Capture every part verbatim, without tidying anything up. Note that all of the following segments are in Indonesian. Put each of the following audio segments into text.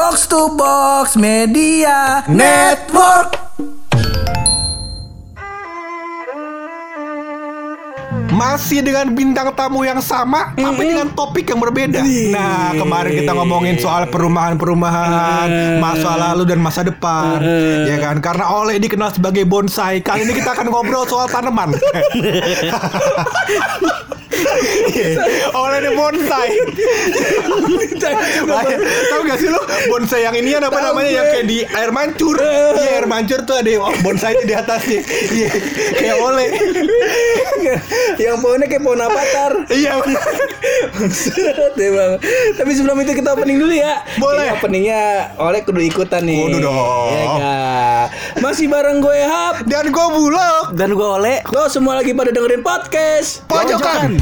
Box to Box Media Network. Masih dengan bintang tamu yang sama, mm-hmm. tapi dengan topik yang berbeda. Nah, kemarin kita ngomongin soal perumahan-perumahan, mm-hmm. masa lalu dan masa depan, mm-hmm. ya kan? Karena Oleh dikenal sebagai bonsai. Kali ini kita akan ngobrol soal tanaman. Oleh ini bonsai. Tahu gak sih lo bonsai yang ini apa namanya yang kayak di air mancur? Iya, air mancur tuh ada oh, bonsai di atasnya. Iya, kayak Oleh. Yang pohonnya kayak pohon avatar. Iya. Bang. Tapi sebelum itu kita opening dulu ya. Boleh. Ini openingnya Oleh kudu ikutan nih. Kudu dong. Ya kan. Masih bareng gue Hap dan gue Bulog dan gue Oleh. Lo semua lagi pada dengerin podcast Pojokan.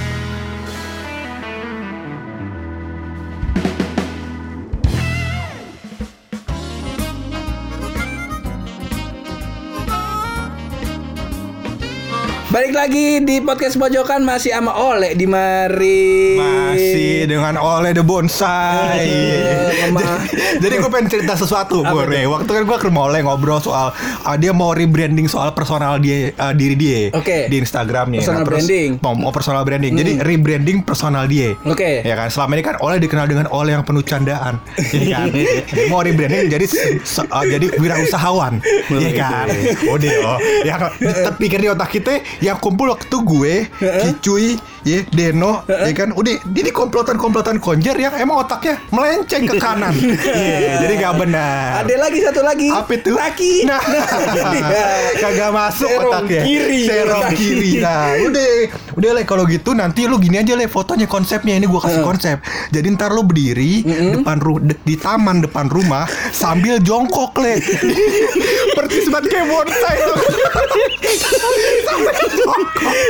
Balik lagi di podcast Pojokan masih sama Oleh di mari. Masih dengan Oleh the bonsai. jadi, jadi gue pengen cerita sesuatu, Bor. Waktu kan gue ke rumah Oleh ngobrol soal uh, dia mau rebranding soal personal dia uh, diri dia okay. di Instagramnya. Personal nah, branding. Mau, mau personal branding. Hmm. Jadi rebranding personal dia. Oke. Okay. Ya kan. Selama ini kan Oleh dikenal dengan Oleh yang penuh candaan. Ya kan. Mau rebranding jadi se- uh, jadi wirausahawan. Ya kan. Udah oh. Ya kan. Terpikir di otak kita yang kumpul waktu gue, Kicuy, ya, Deno, ya kan, udah, ini komplotan-komplotan konjer yang emang otaknya melenceng ke kanan, yeah, jadi nggak benar. Ada lagi satu lagi. Apa itu? Taki. Nah, kagak masuk serong otaknya. Kiri. Serong kiri. Nah, udah, udah lah kalau gitu nanti lu gini aja lah fotonya konsepnya ini gue kasih konsep. Jadi ntar lu berdiri mm-hmm. depan ru- de- di taman depan rumah sambil jongkok le. Persis banget kayak bonsai tuh. Sampai jongkok.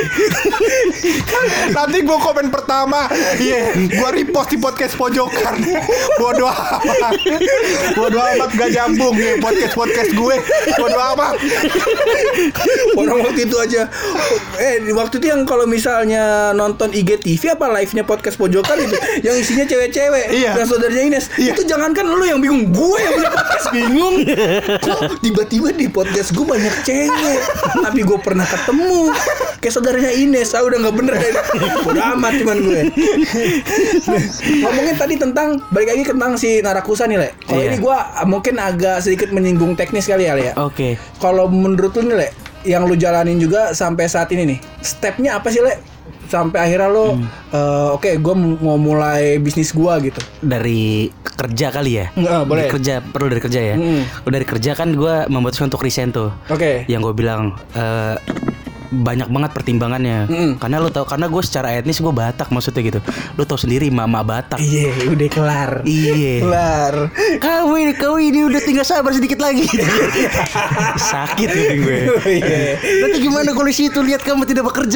Nanti gue komen pertama, iya, yeah, gue repost di podcast Pojokan. Bodoh amat, bodoh amat gak nyambung nih podcast podcast gue. Bodoh amat. Orang waktu itu aja, eh waktu itu yang kalau misalnya nonton I G T V apa live-nya podcast Pojokan itu, yang isinya cewek-cewek, iya. dan saudaranya Ines, iya. Itu jangankan lu yang bingung, gue yang punya podcast bingung. Kok tiba-tiba di podcast gue banyak cewek, tapi gue pernah ketemu kayak saudaranya Ines, ah udah nggak bener deh. Udah amat cuman gue. Ngomongin tadi tentang balik lagi tentang si Narakusa nih, Le. Kalau iya. ini gue mungkin agak sedikit menyinggung teknis kali ya, Le ya. Oke. Okay. Kalau menurut lu nih, Le, yang lu jalanin juga sampai saat ini nih, stepnya apa sih, Le? Sampai akhirnya lo, hmm. uh, oke, okay, gue mau mulai bisnis gue gitu. Dari kerja kali ya? Nggak, boleh. Dari kerja, perlu dari kerja ya? Hmm. Udah dari kerja kan gue memutuskan untuk resign tuh. Oke. Okay. Yang gue bilang, uh, banyak banget pertimbangannya. Mm-hmm. Karena lu tahu, karena gue secara etnis gue Batak maksudnya gitu. Lu tahu sendiri mama Batak. Iya, udah kelar. Iya. Kelar. Kau ini, kau ini udah tinggal sabar sedikit lagi. Sakit gitu gue. Iya. Nanti gimana kalau situ lihat kamu tidak bekerja?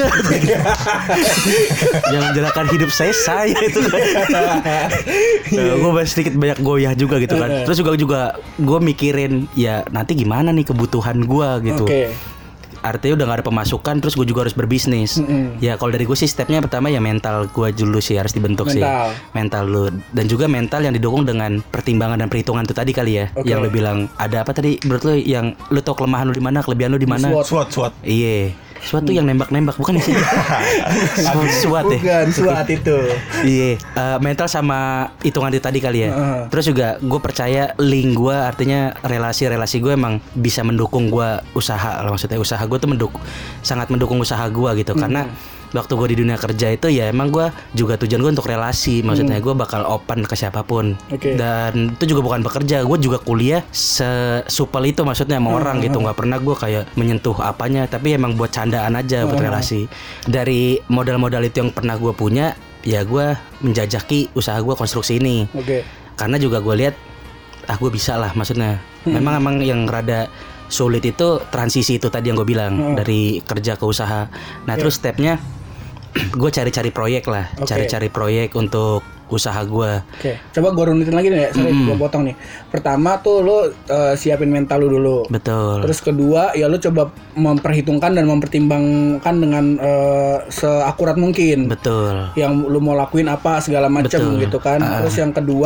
Yang menjelakan hidup saya saya itu. Nah, gue bahas sedikit banyak goyah juga gitu kan. Terus juga juga gue mikirin ya nanti gimana nih kebutuhan gue gitu. Oke. Okay. Artinya udah gak ada pemasukan, terus gue juga harus berbisnis. Mm-hmm. Ya kalau dari gue sih stepnya pertama ya mental gue dulu sih harus dibentuk mental. sih mental lu, dan juga mental yang didukung dengan pertimbangan dan perhitungan itu tadi kali ya. Okay. Yang lu bilang ada apa tadi menurut lu, yang lu tau kelemahan lu di mana, kelebihan lu di mana. SWOT SWOT SWOT. Iya. Suatu yang nembak-nembak bukan sih? Suat ya. Bukan suat itu. Iya, uh, mental sama hitungan itu tadi kali ya. Uh-huh. Terus juga gue percaya link gue, artinya relasi-relasi gue emang bisa mendukung gue usaha. Maksudnya usaha gue tuh mendukung, sangat mendukung usaha gue gitu. Hmm. Karena waktu gue di dunia kerja itu ya emang gue juga tujuan gue untuk relasi. Maksudnya hmm. gue bakal open ke siapapun. Okay. Dan itu juga bukan bekerja, gue juga kuliah sesupel itu maksudnya sama hmm. orang gitu. Gak pernah gue kayak menyentuh apanya, tapi emang buat candaan aja, hmm. buat relasi. Dari modal-modal itu yang pernah gue punya, ya gue menjajaki usaha gue konstruksi ini. Okay. Karena juga gue lihat ah gue bisa lah maksudnya. Hmm. Memang emang yang rada sulit itu transisi itu tadi yang gue bilang, hmm. dari kerja ke usaha. Nah okay. terus stepnya gue cari-cari proyek lah, okay. cari-cari proyek untuk usaha gue. Oke, coba gue runutin lagi nih ya, sorry mm. gue potong nih. Pertama tuh lo uh, siapin mental lo dulu. Betul. Terus kedua ya lo coba memperhitungkan dan mempertimbangkan dengan uh, seakurat mungkin. Betul. Yang lo mau lakuin apa segala macam gitu kan. Uh. Terus yang kedua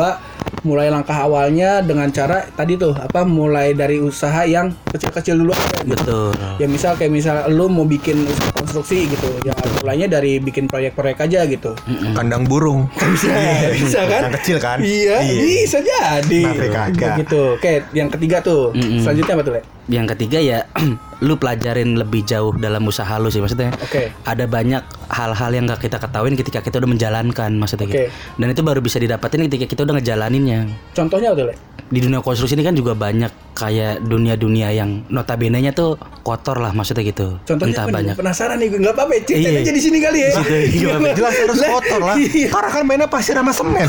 mulai langkah awalnya dengan cara tadi tuh apa mulai dari usaha yang kecil-kecil dulu aja gitu. Betul. Ya misal kayak misal lu mau bikin usaha konstruksi gitu, ya mulainya dari bikin proyek-proyek aja gitu. Kandang burung. Bisa, bisa kan? Yang kecil kan? Iya, bisa jadi. Kenapa kagak? Gitu. Oke, yang ketiga tuh. Mm-mm. Selanjutnya apa tuh, Le? Yang ketiga ya lu pelajarin lebih jauh dalam usaha lu sih maksudnya. Oke. Ada banyak hal-hal yang gak kita ketahuin ketika kita udah menjalankan maksudnya Oke. gitu. Dan itu baru bisa didapatin ketika kita udah ngejalaninnya. Contohnya apa tuh, Le? Di dunia konstruksi ini kan juga banyak kayak dunia-dunia yang notabene-nya tuh kotor lah maksudnya gitu. Contohnya Entah apa nih? banyak. Penasaran nih, nggak apa-apa, ceritain Iya. aja di sini kali ya. Situ, iya, Nggak Jelas harus Lah, kotor lah. iya. Karena kan mainnya pasir sama semen.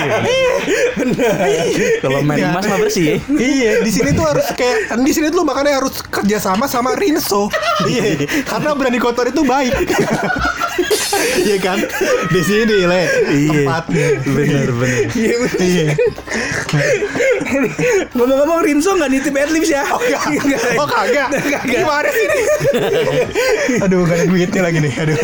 Kalau main Iya. emas mah bersih ya. Iya, di sini tuh harus kayak di sini tuh makanya harus kerja sama sama Rinso. Iya, karena berani kotor itu baik. Iya kan? Di sini Le tempatnya. Bener bener. Iya, bener. Iya. Ngomong-ngomong Rinso nggak nitip adlibs ya? Oh, kagak. Nggak. Oh kagak. Kagak. Gimana sih ini? Aduh, gak ada duitnya lagi nih. Aduh.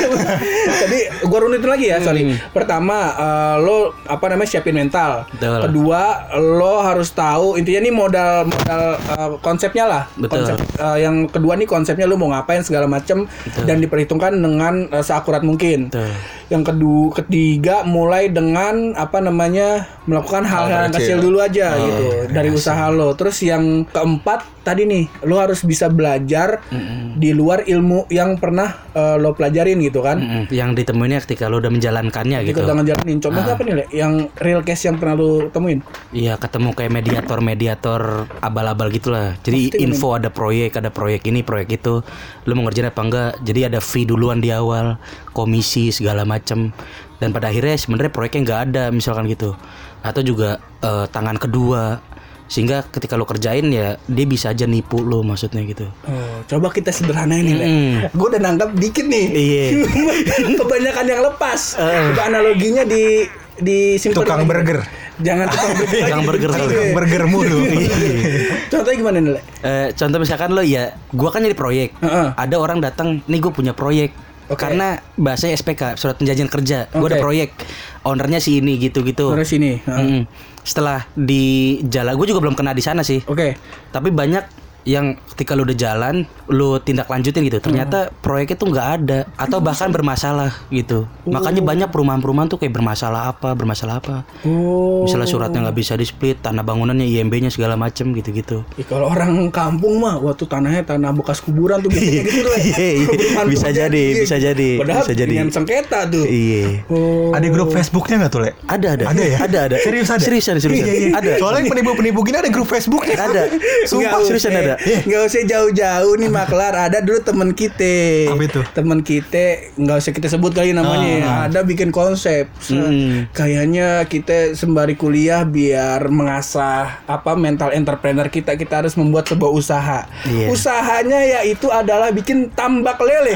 Tadi gua runutin lagi ya, sorry. Pertama, eh, lo apa namanya siapin mental. Betul. Kedua, lo harus tahu intinya nih modal modal eh, konsepnya lah. Betul. Konsep eh, yang kedua nih konsepnya lo mau ngapain segala macam dan diperhitungkan dengan eh, seakurat mungkin. Betul. Yang kedua, ketiga mulai dengan apa namanya melakukan hal-hal yang kecil dulu aja gitu dari usaha lo. Terus yang keempat tadi nih, lo harus bisa belajar di luar ilmu yang pernah eh, lo pelajarin gitu kan. Mm-mm. Yang ditemuinnya ketika lo udah menjalankannya Jadi gitu. kita ngejalanin. Contohnya apa nih, Le? Yang real case yang pernah lo temuin? Iya, ketemu kayak mediator-mediator abal-abal gitulah. Jadi Pasti info ada proyek, ada proyek ini, proyek itu. Lu mau ngerjain apa enggak? Jadi ada fee duluan di awal, komisi segala macem. Dan pada akhirnya sebenarnya proyeknya nggak ada misalkan gitu. Atau juga eh, tangan kedua. Sehingga ketika lo kerjain ya dia bisa aja nipu lo maksudnya gitu. Oh, coba kita sederhanain nih, Le. Mm. Gue udah nangkap dikit nih. Iya. Kebanyakan yang lepas. Coba analoginya di di simpen Tukang lagi. burger. Jangan tukang burger. Tukang burger Iya. Tukang burger mulu. Contohnya gimana nih, Le? Eh, contoh misalkan lo ya, gua kan jadi proyek. Heeh. Ada orang datang, nih gue punya proyek. Oke. Karena bahasanya S P K, surat penjanjian kerja. Gue ada Oke. proyek. Ownernya si ini gitu-gitu. Terus sini. Heeh. Mm-mm. Setelah di jalan, gue juga belum kena di sana sih. Oke. Tapi banyak yang ketika lu udah jalan, lu tindak lanjutin gitu. Ternyata proyeknya tuh nggak ada atau bahkan bermasalah gitu. Makanya banyak perumahan-perumahan tuh kayak bermasalah apa, bermasalah apa. Oh. Misalnya suratnya nggak bisa di-split, tanah bangunannya I M B-nya segala macem gitu-gitu. Ya, kalau orang kampung mah, waktu tanahnya tanah bekas kuburan tuh biasanya gitu tuh. Le. Iya, iya. Perumahan Bisa pekerjaan, jadi, iya. bisa jadi, Padahal bisa jadi. dengan sengketa tuh. Iya. Oh. Ada grup Facebooknya nggak tuh Le? Ada ada. Ada ya? Ada ada. Serius ada? Seriusan seriusan. Iya, iya. Ada. Soalnya yang penipu-penipu gini ada grup Facebooknya. Ada. Sumpah Nggak seriusan usah- ada. Nggak usah jauh-jauh nih maklar. Ada dulu temen kita. Apa itu? Temen kita nggak usah kita sebut kali namanya. Ada bikin konsep. Se- Hmm. Kayaknya kita sembari kuliah biar mengasah apa mental entrepreneur kita, kita harus membuat sebuah usaha. Iya. Usahanya yaitu adalah bikin tambak lele.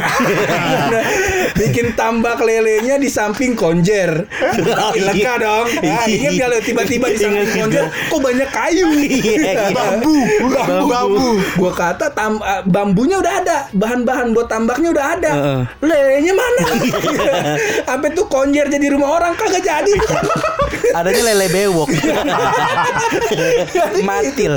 Bikin tambak lelenya di samping konjer. Lega dong. Nah, ingat kalau tiba-tiba di samping Ingat konjer kok banyak kayu. Iya, Bambu, bambu, bambu. Gua kata tam, uh, bambunya udah ada, bahan-bahan buat tambaknya udah ada. Heeh. Lelenya mana? Sampai tuh konjer jadi rumah orang kagak jadi. Adanya lele bewok. Matil.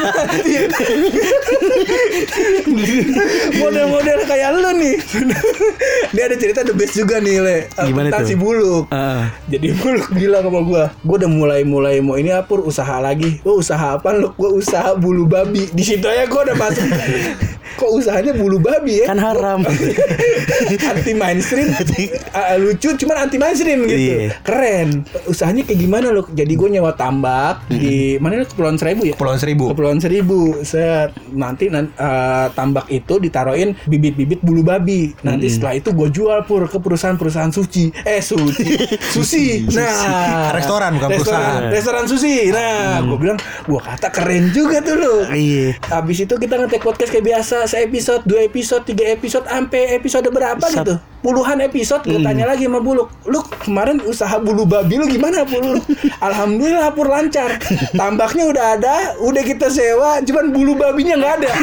Model-model kayak lu nih. Dia ada cerita the best juga nih, Le. Gimana Tentang tuh? si Buluk. Heeh. Jadi Buluk bilang sama gua, gua udah mulai-mulai mau ini apur usaha lagi. Oh, usaha apa lu? Gua usaha bulu babi. Di situ aja gua udah masuk. Kok usahanya bulu babi ya? Kan haram. Anti mainstream, uh, lucu cuman anti mainstream gitu. Iya. Keren. Usahanya kayak gimana lu? Jadi gue nyewa tambak di mana nih, Kepulauan Seribu ya? Kepulauan Seribu. Kepulauan Seribu. Set. Nanti nan- uh, tambak itu ditaruhin bibit-bibit bulu babi. Nanti setelah itu gue jual pur ke perusahaan-perusahaan suci. Eh suci. Susi. Nah, Restoran, bukan perusahaan. Restoran sushi. Nah, gue bilang, gua kata keren juga tuh lu. Iya. Habis itu kita ngetek podcast kayak biasa, se-episode, dua episode, tiga episode, sampai episode berapa Sat- gitu? puluhan episode gue tanya lagi sama Buluk, lu kemarin usaha bulu babi lu gimana Pul? Alhamdulillah Pur lancar, tambaknya udah ada, udah kita sewa, cuman bulu babinya nggak ada.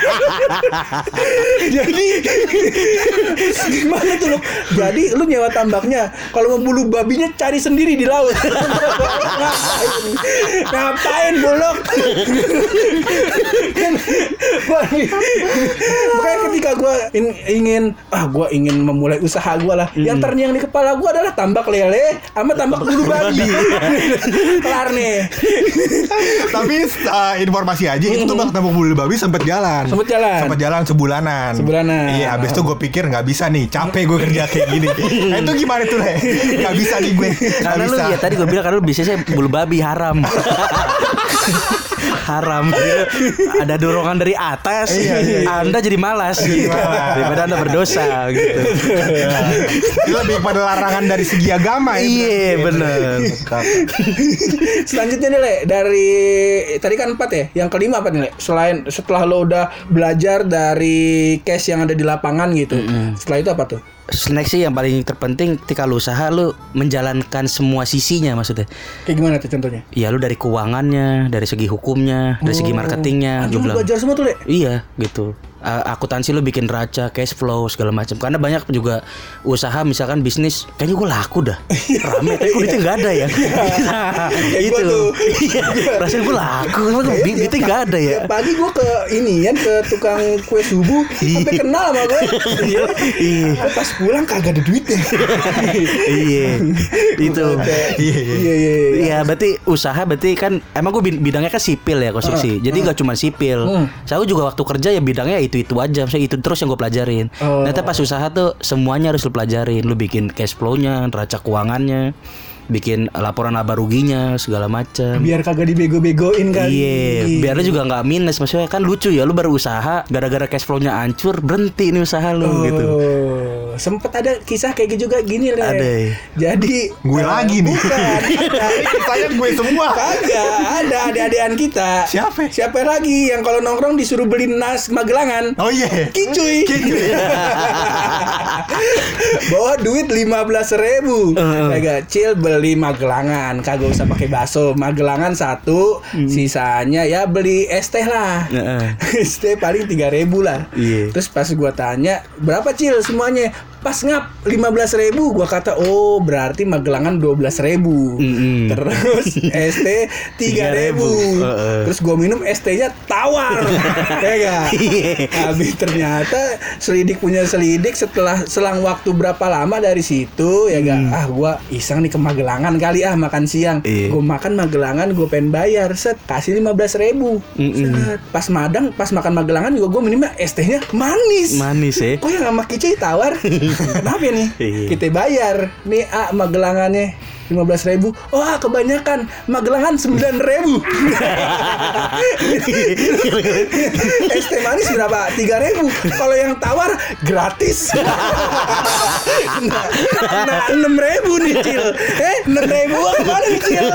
Jadi gimana tuh lu? Jadi lu nyewa tambaknya, kalau mau bulu babinya cari sendiri di laut. Ngapain? Ngapain Buluk? Makanya ketika gue in, ingin ah gue ingin memulai usaha gue lah, mm-hmm. yang terngiang di kepala gue adalah tambak lele sama tambak bulu babi. Kelar nih. Tapi uh, informasi aja itu tuh bang tambak bulu babi sempet jalan. Sempet jalan. Sempet jalan sebulanan. Sebulanan. Iya, abis itu gue pikir nggak bisa nih, capek gue kerja kayak gini. Nah, itu gimana tuh Le? Nggak bisa nih gue. Karena lu ya tadi gue bilang karena lu bisnisnya bulu babi haram. Haram gitu. Ada dorongan dari atas, iya, iya, iya. Anda jadi malas gitu. Daripada Anda berdosa gitu. Itu lebih pada larangan dari segi agama. Iya benar. Selanjutnya nih Le, dari tadi kan empat ya, yang kelima apa nih Le? Selain setelah lo udah belajar dari case yang ada di lapangan gitu, mm-hmm. setelah itu apa tuh? Next sih yang paling terpenting ketika lu usaha lu menjalankan semua sisinya maksudnya. Kayak gimana tuh contohnya? Iya lu dari keuangannya, dari segi hukumnya, dari segi marketingnya. Lu belajar semua tuh Le? Iya gitu. Uh, akuntansi lu bikin neraca, cash flow segala macam. Karena banyak juga usaha misalkan bisnis kayaknya gue laku dah. Rame tapi duitnya enggak ada ya. Itu loh. Rasanya gue laku, tapi duitnya enggak ada ya. Pagi gue ke ini kan ke tukang kue subuh sampai kenal sama gue. Iya. Pas pulang kagak ada duitnya. Iya. Itu. Iya iya iya. Iya, berarti usaha berarti kan emang gue bidangnya kan sipil ya konstruksi. Jadi enggak cuma sipil. Saya juga waktu kerja ya bidangnya itu itu aja, misalnya itu terus yang gue pelajarin. Oh. Ternyata pas usaha tuh semuanya harus lu pelajarin. Lu bikin cash flow-nya, neraca keuangannya, bikin laporan laba ruginya segala macam. Biar kagak dibego-begoin kan. Iya, biar lu juga nggak minus. Maksudnya kan lucu ya, lu baru usaha gara-gara cash flow-nya hancur, berhenti nih usaha lu. Oh, gitu. Sempet ada kisah kayak gitu juga gini Le. Ada. Jadi gue uh, lagi nih. Bukan. Saya gue semua. Kagak, ada adik-adikan kita. Siapa? Siapa lagi yang kalau nongkrong disuruh beli nas Magelangan? Oh iya. Yeah. Kicuy. Kicuy. Bawa duit lima belas ribu. Uh. Kagak chill beli Magelangan, kagak usah pakai bakso. Magelangan satu, hmm. sisanya ya beli es teh lah. Uh. Es teh paling tiga ribu lah. Yeah. Terus pas gua tanya, "Berapa Cil semuanya?" Pas ngap lima belas ribu, gua kata oh berarti Magelangan dua belas ribu. Mm-hmm. Terus es teh tiga ribu. Uh-uh. Terus gua minum es tehnya tawar. Ya gak? Habis ternyata selidik punya selidik, setelah selang waktu berapa lama dari situ ya gak? Mm. Ah gua iseng nih ke Magelangan kali ah makan siang. Yeah. Gua makan Magelangan, gua pengen bayar, set kasih lima belas ribu. Mm-hmm. Set pas madang, pas makan Magelangan juga gua minumnya es tehnya manis. Manis ya. Kok yang sama Kicuy tawar? Kenapa nih? Kita bayar nih A Magelangannya lima belas ribu. Wah kebanyakan, Magelangan sembilan ribu. Es teh manis berapa? tiga ribu. Kalau yang tawar gratis. Nah, nah enam ribu nih Cil. Eh enam ribu mana nih Cil?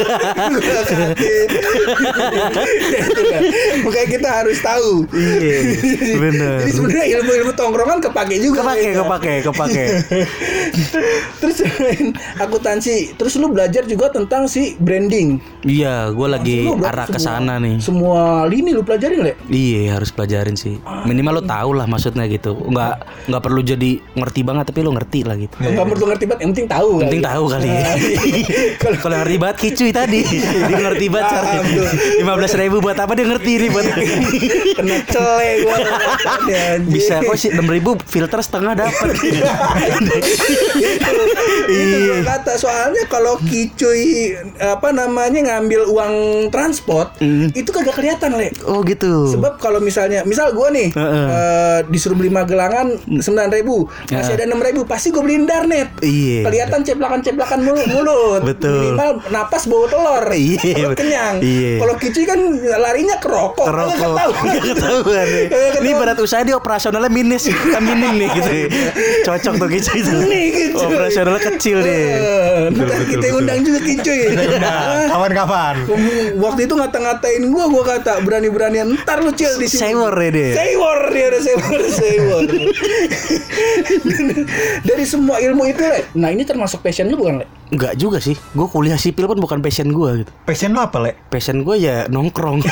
Makanya kita harus tahu. Iya benar. Jadi sebenarnya ilmu-ilmu tongkrongan kepake juga. Kepake, kepake, kepake. Terus akuntansi. Terus lu belajar juga tentang si branding. Iya, gue lagi arah ke sana nih. Semua lini lu pelajarin, Le? Iya, harus pelajarin sih. Minimal lu tahu lah maksudnya gitu. Enggak enggak perlu jadi ngerti banget tapi lu ngerti lah gitu. Enggak perlu ngerti banget, yang penting tahu. Yang penting tahu kali. Kalau kalau ngerti banget Kicuy tadi. Dia ngerti banget. lima belas ribu buat apa dia ngerti nih buat. Kena cele gua. Bisa kok sih enam ribu filter setengah dapat. Itu kata soalnya kalau Kicuy apa namanya ngambil uang transport mm. itu kagak kelihatan Le. Oh gitu. Sebab kalau misalnya misal gue nih uh-uh. uh, disuruh beli Magelangan sembilan ribu masih uh. ada enam ribu pasti gue beliin Darnet. Iya. Kelihatan ceplakan-ceplakan mulut, mulut. Betul. Minimal napas bau telur. Iya. Kenyang. Iya. Kalau Kicuy kan larinya ke rokok. Ke rokok. Gak ketahuan. Ini berat usaha dia operasionalnya minus, minim nih gitu. Cocok tuh Kicuy itu. Nih gitu. Operasionalnya kecil deh. Ntar kita undang juga Kincoy. Kawan-kawan. Waktu itu ngata-ngatain gua, gua kata berani-beranian ntar lu Cil di sini. Sewor ya dia. Sewor dia udah sewor, sewor. Dari semua ilmu itu, Le. Nah, ini termasuk passion lu bukan, Le? Enggak juga sih. Gue kuliah sipil pun bukan passion gue gitu. Passion lo apa, Le? Passion gue ya nongkrong.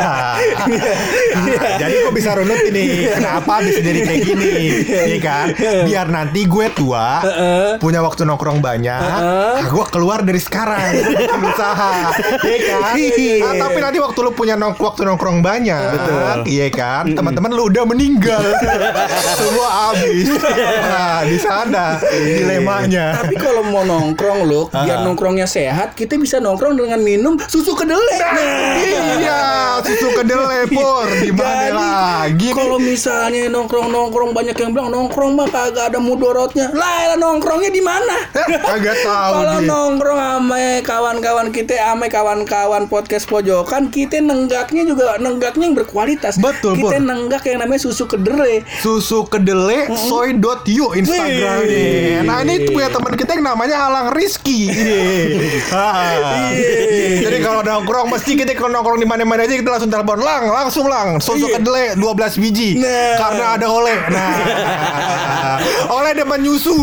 Jadi gue bisa runut ini kenapa bisa jadi kayak gini, iya kan? Biar nanti gue tua, punya waktu nongkrong banyak, nah, gue keluar dari sekarang bikin usaha, iya kan? Nah, tapi nanti waktu lu punya nong waktu nongkrong banyak, iya kan? Teman-teman lu udah meninggal, semua habis. Nah, di sana dilemanya. Tapi kalau mau nongkrong lu, biar nongkrongnya sehat, kita bisa nongkrong dengan minum susu kedelai. Nah, iya, susu kedelai pur, gimana lagi? Kalau misalnya nongkrong-nongkrong banyak yang bilang nongkrong mah kagak ada mudorotnya. Lah, nongkrongnya di mana? Kagak tahu. Kalau dia. nongkrong ame kawan-kawan kita, ame kawan-kawan podcast pojokan, kita nenggaknya juga nenggaknya yang berkualitas. Betul, kita Pur. nenggak yang namanya susu kedelai. Susu kedelai soy dot yu Instagramnya. Nah, ini punya teman kita yang namanya Alang Rizky. Ah. Jadi kalau nongkrong mesti kita kalau nongkrong di mana-mana aja kita langsung telepon lang, langsung lang. Susu kedelai dua belas biji. Nah. Karena ada oleh. Nah. Oleh depan nyusu.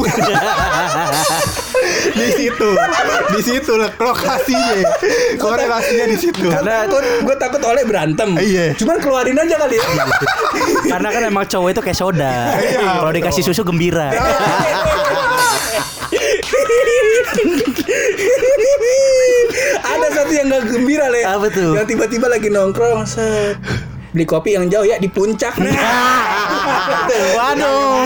Di situ. Di situ lokasinya. Korelasinya di situ. Karena gue takut oleh berantem. Iya. Cuman keluarin aja kali ya. Karena kan emang cowok itu kayak soda. Iya, Kalau dikasih susu gembira. Ada satu yang gak gembira, Le. Apa tuh? Yang tiba-tiba lagi nongkrong, set, beli kopi yang jauh ya di puncak. Nah. Waduh.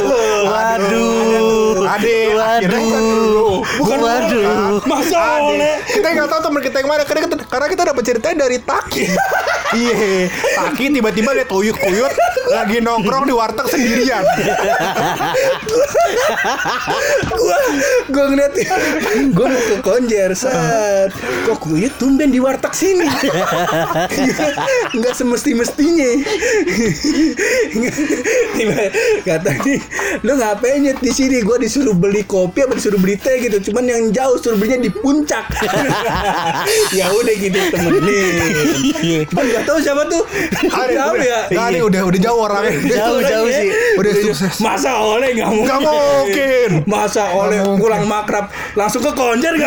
Waduh. Ade, akhirnya Waduh. Bukan Waduh. Masa oleh? Kita nggak tahu teman kita yang mana karena kita, karena kita dapat ceritanya dari Taki. Iya, Taki tiba-tiba dia tuyuk-tuyuk lagi nongkrong di warteg sendirian. Gua gua ngeliat gua mau ke konjer, set. Kok gue tumben di warteg sini? Enggak semesti-mestinya. Tiba kata nih, lu ngapain nyet di sini? Gua disuruh beli kopi apa disuruh beli teh gitu. Cuman yang jauh suruh belinya di puncak. Ya udah gitu temenin. Cuman nggak tahu siapa tuh. Siapa ya? Nah, ini udah udah jauh orangnya. Jauh, jauh sih. Udah sukses. Masa oleh nggak mungkin? Nggak mungkin. Masa oleh Nggak mungkin. kurang makrab langsung ke konjer nggak?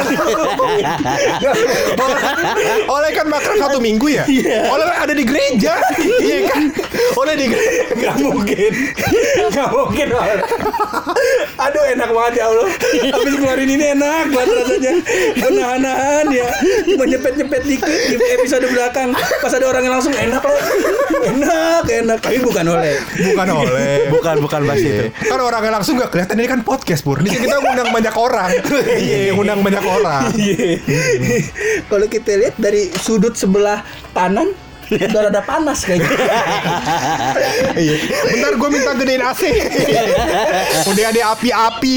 Oleh kan makan satu minggu ya. Iya. Oleh ada di gereja. Iya kan. Oleh di gereja. Nggak mungkin, nggak mungkin oleh. Aduh enak banget ya Allah. Habis keluarin ini enak banget rasanya. Gue nahan-nahan ya, cuma nyepet-nyepet dikit di episode belakang. Pas ada orang yang langsung enak loh, enak, enak. Tapi bukan oleh. Bukan oleh. Bukan, bukan pasti itu. Kan orangnya langsung gak kelihatan. Ini kan podcast Pur. Di sini kita ngundang banyak orang. Iya, ngundang banyak orang. Iya. Kalau kita lihat dari sudut sebelah kanan, udah ada panas kayaknya. Iya. Bentar gue minta gedein A C. Udah ada api-api.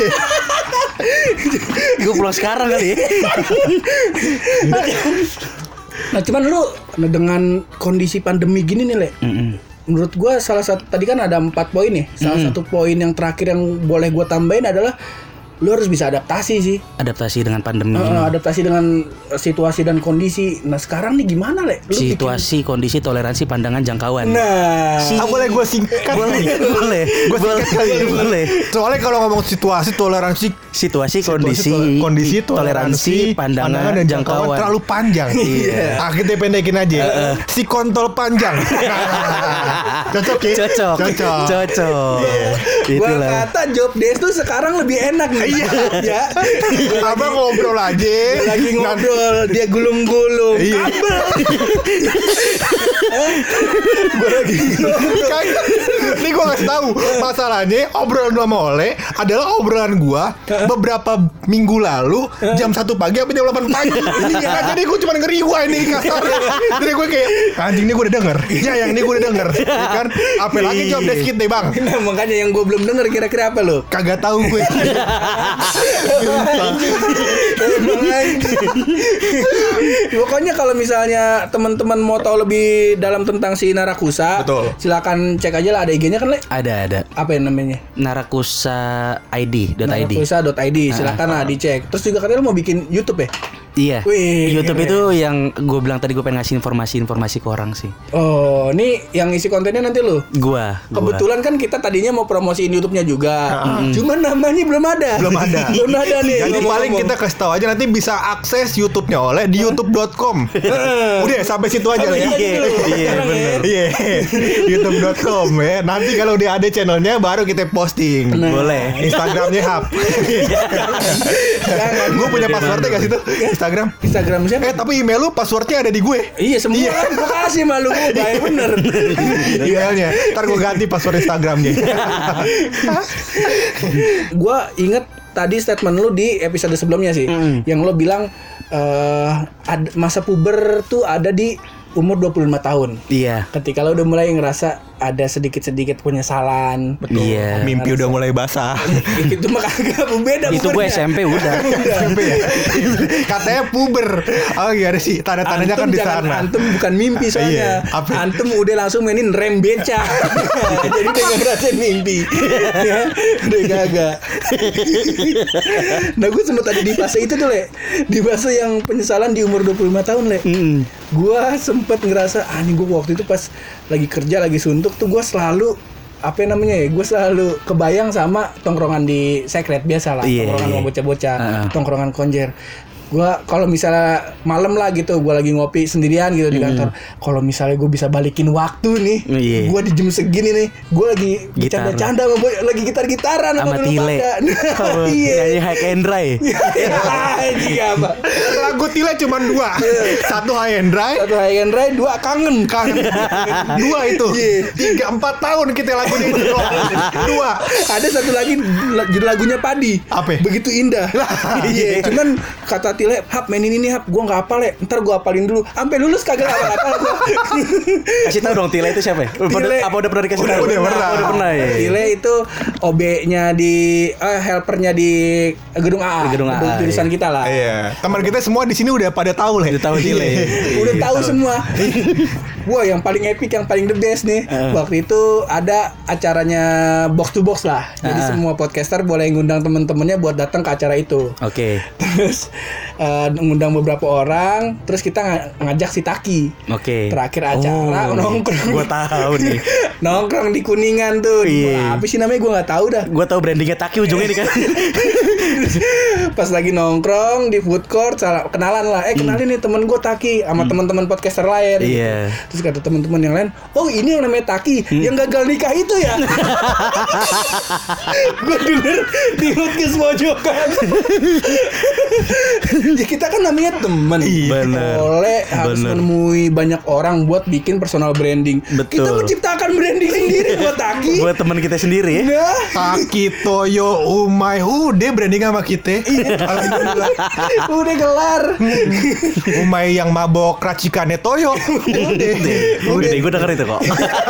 Gue pulang sekarang kali ya. Nah cuman lu dengan kondisi pandemi gini nih Le, menurut gue salah satu tadi kan ada empat poin ya. Salah satu poin yang terakhir yang boleh gue tambahin adalah lu harus bisa adaptasi sih. Adaptasi dengan pandemi. Uh, adaptasi dengan situasi dan kondisi. Nah sekarang nih gimana Le? Lu Situasi, kondisi, toleransi, pandangan, jangkauan. Nah, Si- Ah, boleh gue singkat. boleh, boleh, Gue boleh, singkat kali ya. boleh. Soalnya kalau ngomong situasi, toleransi, Situasi, kondisi, Situasi, kondisi, toleransi, pandangan, dan jangkauan. terlalu panjang. Iya. Ah, kita pendekin aja. Si kontol panjang. Cocok ya? Cocok, Cocok. cocok. gua Itulah. kata job desk tuh sekarang lebih enak nih. Iya. Ya. Abang ngobrol aja. Lagi ngobrol, dia gulung-gulung. Iya. Kabel. Gue lagi Kagak. Ini gue kasih tahu. Masalahnya obrolan gua sama Oleh adalah obrolan gua beberapa minggu lalu jam satu pagi sampai jam delapan pagi. Iya kan, jadi gue cuma ngeriwa ini kasar. Jadi gue kayak anjing ini gue udah denger. Ya yang ini gue udah denger. Ya kan? Apa lagi job desk kita bang? Nah makanya yang gue belum denger kira-kira apa lo? Kagak tahu gue. Pokoknya kalau misalnya teman-teman mau tahu lebih dalam dalam tentang si Narakusa, Betul. silakan cek aja lah, ada I G-nya kan, Le? Ada ada. Apa yang namanya? Narakusa I D dot I D. Narakusa dot I D, silakan lah dicek. Terus juga katanya lu mau bikin YouTube ya? Iya. Wih, YouTube keren. itu yang gue bilang tadi, gue pengen ngasih informasi-informasi ke orang sih. Oh, ini yang isi kontennya nanti lu? Gua. gua. Kebetulan kan kita tadinya mau promosiin YouTube-nya juga. Cuman namanya belum ada. Belum ada. belum ada nih. Jadi ngomong-ngomong. paling kita kasih tahu aja, nanti bisa akses YouTube-nya Oleh di youtube dot com. Udah sampai situ aja lah ya. Sampai situ dulu. Iya, Sekarang ya. bener. Iya, youtube dot com ya. Nanti kalau udah ada channelnya baru kita posting. Boleh. Instagramnya Hap. Gue punya passwordnya gak sih tuh Instagram? Instagram siapa? Eh tapi email lu passwordnya ada di gue. Iya semua kan gue kasih malu gue baik bener. Emailnya. Ntar gue ganti password Instagramnya. Gue inget tadi statement lu di episode sebelumnya sih, yang lu bilang eh ad- masa puber tuh ada di umur dua puluh lima tahun. Iya. Ketika lo udah mulai ngerasa ada sedikit-sedikit penyesalan. Iya. Mimpi udah mulai basah. Itu mah kagak beda. Itu gue pubernya. S M P udah. S M P ya. Katanya puber. Oh iya ada sih tanda-tandanya kan Antum di jangan, sana. Antum bukan mimpi soalnya. Iya, apa? Antum udah langsung mainin rem beca. Jadi udah gak ngerasain mimpi. Ya, udah kagak. Nah gue sempet ada di fase itu tuh, Le. Di fase yang penyesalan di umur dua puluh lima tahun, Le. Mm. Gue sempet ngerasa, ah nih gue waktu itu pas lagi kerja, lagi suntuk tuh gue selalu apa namanya ya, gue selalu kebayang sama tongkrongan di Secret biasa lah, Iya, tongkrongan iya. sama bocah-bocah, Uh-uh. tongkrongan konjer. Gue kalau misalnya malam lah gitu, gue lagi ngopi sendirian gitu di kantor. Kalau misalnya gue bisa balikin waktu nih, Iya. gue di jam segini nih, gue lagi Gitar. bercanda-canda sama boy- lagi gitar-gitaran Sama dulu Tile. pada. Oh, Iya. nyanyi High and Dry. Anjing apa? Lagu Tila cuma dua. Satu High and Dry, Satu High and Dry, dua kangen. kangen. Dua itu. Iya. Tiga empat tahun kita lagunya itu. Dua. Ada satu lagi la- judul lagunya Padi. Apa? Begitu indah. Iya, cuman kata Tile, "Hap, mainin ini, Hap. Gua enggak hafal, Le. Ntar gua hafalin dulu." Sampai lulus kagak hafal-hafal gua. Kasih tahu dong Tila itu siapa ya? Tile. Apa udah pernah dikasih Udah, tahu? udah pernah. Udah pernah ya. Tile itu O B-nya di eh helpernya di Gedung A A. Di Gedung A A, Jurusan iya. kita lah. Iya. Teman kita semua di sini udah pada tahu lah. Udah tahu Tile. Udah tahu semua. Wah, yang paling epic, yang paling the best nih. Uh. Waktu itu ada acaranya box to box lah. Jadi Uh. semua podcaster boleh ngundang temen-temennya buat datang ke acara itu. Oke. Terus eh, ngundang beberapa orang, terus kita nga- ngajak si Taki. Oke. Terakhir acara nongkrong. Gua tahu nih. Nongkrong di Kuningan tuh. Iya. Apa sih namanya, gue nggak tahu dah. Gua tahu brandingnya Taki ujungnya nih kan. Pas lagi nongkrong di food court, salah kenalan lah. Eh kenalin nih temen gue Taki sama teman-teman podcaster lain. Hmm. Iya. Terus kata teman-teman yang lain, "Oh, ini yang namanya Taki, Hmm. yang gagal nikah itu ya." Gue denger di podcast pojokan. Ya kita kan namanya temen. Bener. Boleh harus Bener. menemui banyak orang buat bikin personal branding. Betul. Kita menciptakan branding sendiri buat Taki. Buat teman kita sendiri ya. Nah, Taki, Toyo, Umay, udah branding sama kita. Alhamdulillah. udah gelar. Umay yang mabok racikannya Toyo. Udah. Udah deh, gue denger itu kok.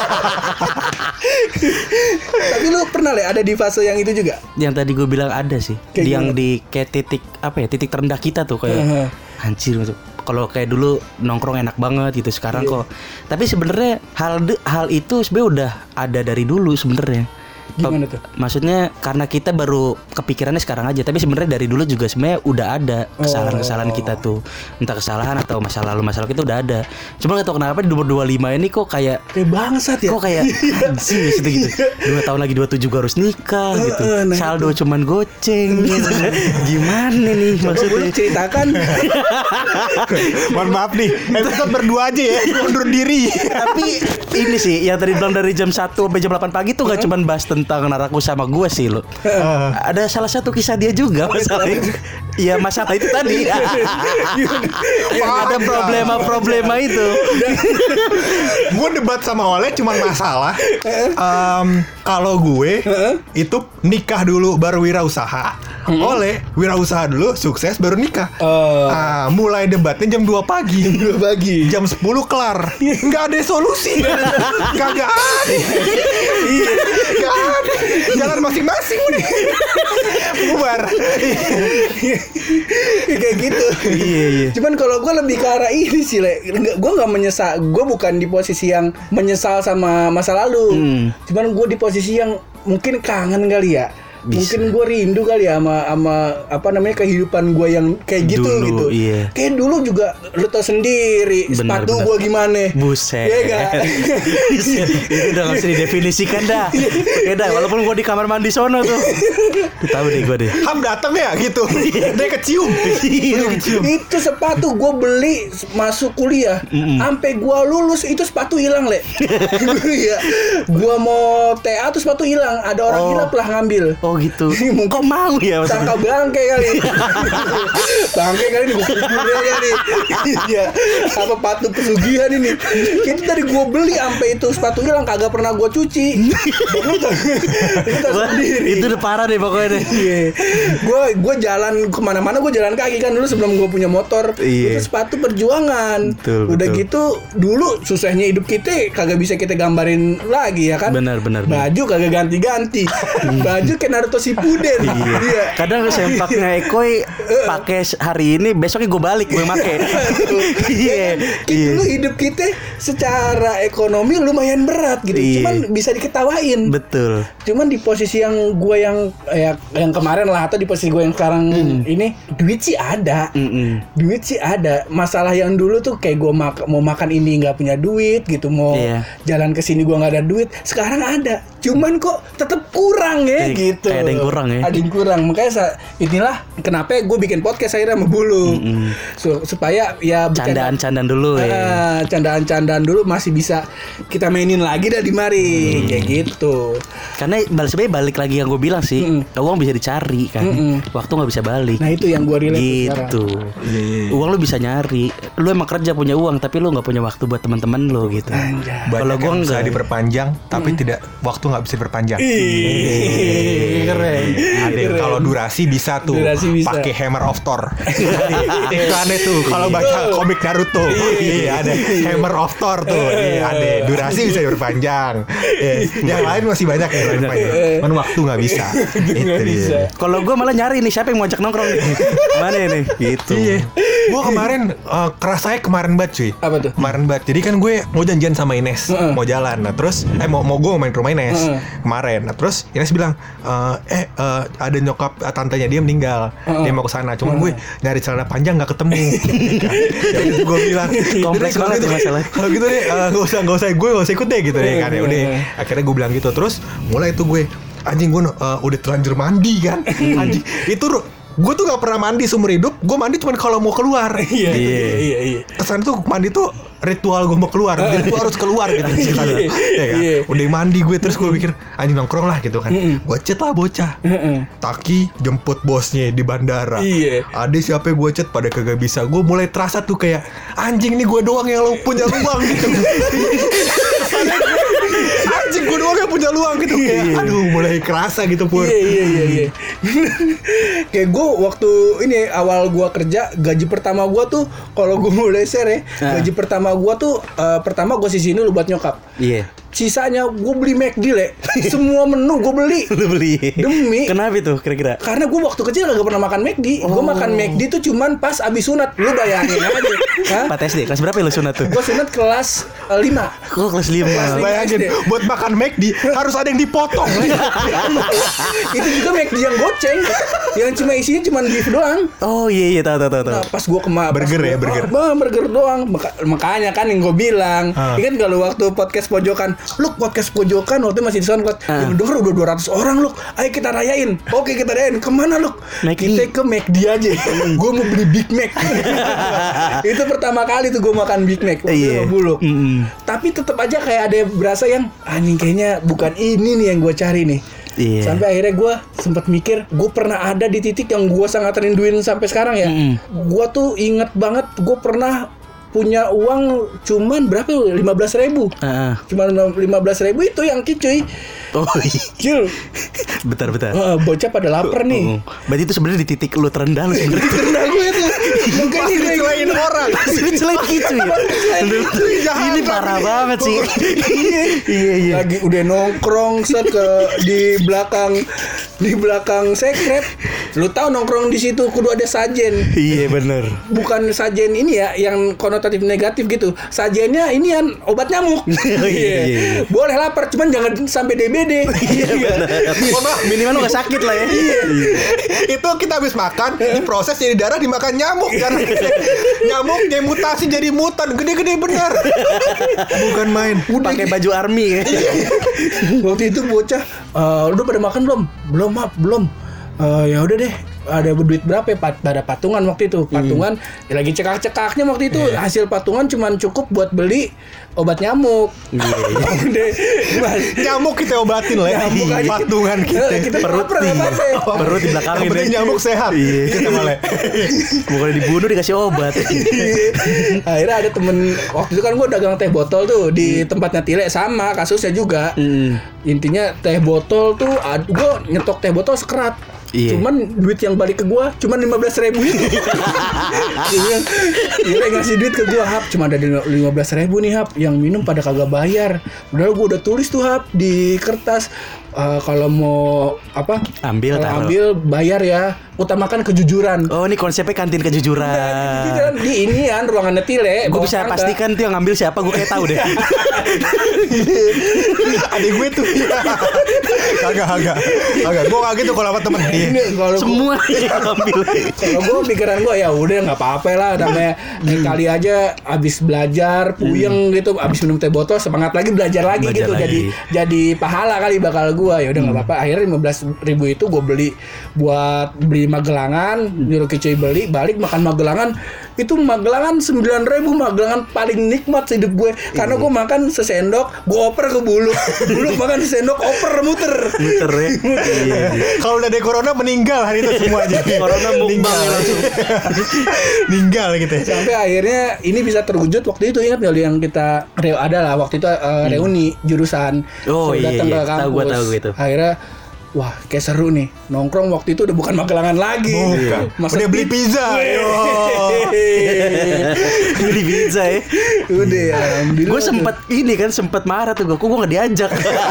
Tapi lu pernah Le ada di fase yang itu juga? Yang tadi gue bilang ada sih. Kayak yang gimana? di kayak titik apa ya? Titik terendah kita tuh kayak Heeh. anjir gitu. Kalau kayak dulu nongkrong enak banget gitu, sekarang Iya. kok. Tapi sebenarnya hal de- hal itu sebenarnya udah ada dari dulu sebenarnya. Gimana tuh? Maksudnya karena kita baru kepikirannya sekarang aja, tapi sebenarnya dari dulu juga sebenarnya udah ada kesalahan-kesalahan kita tuh. Entah kesalahan atau masa lalu masalah kita udah ada. Cuma gak tau kenapa di umur dua puluh lima ini kok kayak Kayak bangsat ya. kok kayak anjing gitu gitu. Dua tahun lagi dua puluh tujuh gue harus nikah gitu. Heeh, nah Saldo cuman goceng gitu. Gimana nih Coba maksudnya? boleh ceritakan. Mohon maaf nih, episode berdua aja ya, mundur diri. Tapi ini sih yang tadi bilang dari jam satu sampai jam delapan pagi tuh gak cuman bahas tentang Narakusa sama gue sih lo. Ada salah satu kisah dia juga masalah itu. Iya masalah itu tadi. Yang ada problema-problema itu. Gue debat sama Oleh cuman masalah em, kalau gue itu nikah dulu baru wirausaha Hmm. Oleh wirausaha dulu, sukses baru nikah. Oh. Ah, mulai debatnya jam dua pagi. Jam dua pagi. Jam sepuluh kelar. Enggak ada solusi. Kagak ada. Iya. Enggak ada. Jalan masing-masing udah. Bubar. Kayak gitu. Iya, iya. Cuman kalau gue lebih ke arah ini sih, Le. Gue nggak menyesal. Gue bukan di posisi yang menyesal sama masa lalu. Hmm. Cuman gue di posisi yang mungkin kangen kali ya. Bisa. Mungkin gue rindu kali ya sama sama apa namanya kehidupan gue yang kayak gitu Dulu, gitu. Iya. Kayak dulu juga lu tau sendiri Bener, sepatu bener. gue gimana. Buset. Iya gak? Buset. Itu udah gak bisa didefinisikan dah. Oke dah, walaupun gue di kamar mandi sono tuh. Tuh tahu deh gue deh. Ham datang ya gitu. Dia kecium. Dia kecium. Itu sepatu gue beli masuk kuliah, sampai gue lulus itu sepatu hilang, Le. Iya. Gue mau T A tuh sepatu hilang, ada orang Oh. hilap lah ngambil. Oh gitu. Mungkin Kok mau ya maksudnya? Sangka bangke kali. Bangke kali gue kuburnya kali. Iya. Apa patut pesugihan ini. Itu dari gue beli sampai itu sepatu hilang kagak pernah gue cuci. Lu tau, lu tau Wah, sendiri. itu udah parah deh pokoknya deh. Iya. Gue gue jalan kemana-mana gue jalan kaki kan dulu sebelum gue punya motor. Iya. Itu sepatu perjuangan. Betul, Udah betul. gitu dulu susahnya hidup kita kagak bisa kita gambarin lagi ya kan. Benar, benar, benar. Baju kagak ganti-ganti. Baju kayak Naruto Shippuden. Iya. Kadang sempaknya Ekoi pakai hari ini, besoknya gue balik gue make. Iya. Gitu lu hidup kita secara ekonomi lumayan berat gitu. Iya. Cuman bisa diketawain. Betul. Cuman di posisi yang gue yang ya, yang kemarin lah atau di posisi gue yang sekarang ini duit sih ada. Mm-mm. Duit sih ada. Masalah yang dulu tuh kayak gue mak- mau makan ini nggak punya duit gitu, mau Iya. jalan ke sini gue nggak ada duit. Sekarang ada. Cuman kok tetap kurang ya Iya, gitu. kayak ada yang kurang ya. Ada yang kurang. Makanya sa- inilah kenapa gue bikin podcast akhirnya sama Bulu. So, supaya ya bercanda- Candaan-candaan dulu ya. Ah, candaan-candaan dulu masih bisa kita mainin lagi dah di mari kayak gitu. Karena bal- sebenarnya balik lagi yang gue bilang sih, Mm-mm. uang bisa dicari kan, Mm-mm. waktu nggak bisa balik. Nah itu yang gue relate Gitu. sekarang. Uang lu bisa nyari. Lu emang kerja punya uang, tapi lu nggak punya waktu buat teman-teman lu gitu. Anjay. Banyak Kalau yang gua bisa enggak. diperpanjang tapi tidak waktu nggak bisa diperpanjang. Ih, keren. Ada yang Keren. kalau durasi bisa tuh Durasi bisa. pakai Hammer of Thor. Iklannya tuh kalau baca komik Naruto. Iya ada Hammer of Thor tuh. Iya ada. Durasi bisa diperpanjang. Iya. Yang lain masih banyak yang diperpanjang. Cuman waktu nggak bisa. Itu Nggak bisa. dia. Kalau gue malah nyari nih siapa yang mau ajak nongkrong nih. Mana nih? Gitu. Iya. Gue kemarin uh, kerasanya kemarin banget cuy. Apa tuh? Kemarin banget. Jadi kan gue mau janjian sama Ines, Heeh. mau jalan. Nah terus eh mau mau gue main ke rumah Ines Heeh. kemarin. Nah terus Ines bilang eh, eh eh, ada nyokap eh, tantenya dia meninggal. Heeh. Dia mau ke sana. Cuman gue nyari celana panjang nggak ketemu. Ya udah gue bilang Kompleks "Udah deh, kalau banget gitu- tuh masalah." Kalau gitu deh eh, nggak usah nggak usah gue nggak usah ikut deh gitu deh kan ya udah. Akhirnya gue bilang gitu. Terus mulai tuh gue anjing gue uh, udah terlanjur mandi kan. Anjing itu gue tuh gak pernah mandi seumur hidup. Gue mandi cuma kalau mau keluar. Iya iya iya iya. Kesan tuh mandi tuh ritual gue mau keluar. Jadi gue harus keluar gitu. Iya, Ya kan? iya. Udah mandi gue terus gue pikir anjing nongkrong lah gitu kan. Gue chat lah bocah. Heeh. Taki jemput bosnya di bandara. Iya. Ada siapa gue chat pada kagak bisa. Gue mulai terasa tuh kayak anjing nih gue doang yang lo punya luang gitu. Anjing gue doang yang punya luang gitu kayak aduh mulai kerasa gitu Pur. Iya iya iya iya. Kayak gue waktu ini awal gue kerja gaji pertama gue tuh kalau gue mulai share ya Ah. gaji pertama gue tuh eh, pertama gue sisihin dulu buat nyokap. Iya. Sisanya gue beli McD Le. Semua menu gue beli. Lu beli. Demi. Kenapa itu kira-kira? Karena gue waktu kecil gak pernah makan McD. Gue makan McD tuh cuman pas abis sunat. Lu bayangin aja. Hah? empat S D kelas berapa ya lu sunat tuh? Gue sunat kelas lima. Kok kelas lima? Kelas lima. Bayangin S D. buat makan McD harus ada yang dipotong. Itu juga McD yang goceng. Yang cuma isinya cuma beef doang. Oh iya iya tahu tahu tahu tahu. Nah, pas gue kema Burger pas ya, gua- burger. Oh, burger doang. Maka- makanya kan yang gue bilang. Ah. Ini kan kalau waktu podcast pojokan, lu podcast pojokan waktu masih di SoundCloud. Ah. Yang denger udah dua ratus orang lu. Ayo kita rayain. Oke, kita rayain. Kemana lu? McD. Kita ke McD aja. Gue mau beli Big Mac. Itu pertama kali tuh gue makan Big Mac. Waktu Iya. sama Buluk. Mm-mm. Tapi tetap aja kayak ada berasa yang anjing kayaknya bukan ini nih yang gue cari nih. Iya. Sampai akhirnya gue sempat mikir, gue pernah ada di titik yang gue sangat rinduin sampai sekarang ya. Mm-mm. Gue tuh inget banget, gue pernah punya uang cuman berapa? lima belas ribu. Uh. Cuman lima belas ribu itu yang cuy. Oh iya. Cil. Bentar bentar. Uh, bocah pada lapar nih. Oh, berarti itu sebenarnya di titik lu terendah lu sebenarnya. Terendah gue tuh. Makanya gue Selain orang. Selain gitu ya. Ini parah banget sih. Iya iya. Lagi udah nongkrong set ke di belakang di belakang sekret. Lu tahu nongkrong di situ kudu ada sajen. Iya bener. Bukan sajen ini ya yang konotatif negatif gitu. Sajennya ini kan obat nyamuk. Oh, iya, iya. Boleh lapar cuman jangan sampai D B D. Iya bener. Minimal lu gak sakit lah ya. Iya. Itu kita habis makan, diproses jadi darah dimakan nyamuk karena nyamuknya mutasi jadi mutan, gede-gede bener. Bukan main. Pakai baju army ya. Waktu itu bocah, uh, udah pada makan belum? Belum, Map, belum. Uh, ya udah deh, ada duit berapa ya? Pat, ada patungan waktu itu. Patungan hmm. ya lagi cekak-cekaknya waktu itu. Yeah. Hasil patungan cuman cukup buat beli obat nyamuk. Yeah, yeah. Nyamuk kita obatin lah ya. Nyamuk aja. Patungan kita. Kita perut di, perut di belakang ini. Nyamuk sehat. Iya. Kita malah. Bukan dibunuh dikasih obat. Akhirnya ada temen waktu itu kan gue dagang teh botol tuh di tempatnya Tile, sama kasusnya juga. Mm. Intinya teh botol tuh, gue nyetok teh botol sekerat. Iya. Cuman duit yang balik ke gua cuman lima belas ribu itu. Dia dia ngasih duit ke gua, Hap, cuma ada lima belas ribu nih, Hap. Yang minum pada kagak bayar. Padahal gua udah tulis tuh, Hap, di kertas. Uh, kalau mau apa? Ambil, kalau ambil bayar ya. Utamakan kejujuran. Oh, ini konsepnya kantin kejujuran. Nah, kejujuran di ini kan ruangannya Tile. Gue bisa tangga. Pastikan tuh yang ngambil siapa, gue kayak tahu deh. Adik gue tuh. Kagak, kagak. Kagak. Gue kaget tuh kalau sama temen. Ini kalau semua yang ngambil. Kalau gue pikiran gue ya udah enggak apa-apa lah, namanya hmm. kali aja abis belajar puyeng hmm. gitu, abis minum teh botol semangat lagi belajar lagi belajar gitu lagi. jadi jadi pahala kali bakal gue. Ya udah enggak hmm. apa-apa. Akhirnya lima belas ribu itu gue beli buat beli Magelangan, nyuruh Kicoy beli, balik makan Magelangan. Itu Magelangan sembilan ribu, Magelangan paling nikmat hidup gue. Karena gue makan sesendok, gue oper ke Buluk. Buluk makan sesendok, oper muter. Muter ya. Iya. Kalau udah ada corona meninggal hari itu semua aja. Corona meninggal langsung. Meninggal gitu. Sampai akhirnya ini bisa terwujud waktu itu, ingat enggak yang kita reu ada lah waktu itu uh, reuni hmm. jurusan. Oh so, iya. Datang iya. ke kampus. Tahu gue tahu gitu. Akhirnya wah, kayak seru nih. Nongkrong waktu itu udah bukan Magelangan lagi. Bukan. Udah beli pizza. Beli pizza ya. Udah ya. Gue sempet ini kan sempet marah tuh gue. Kok gue gak diajak.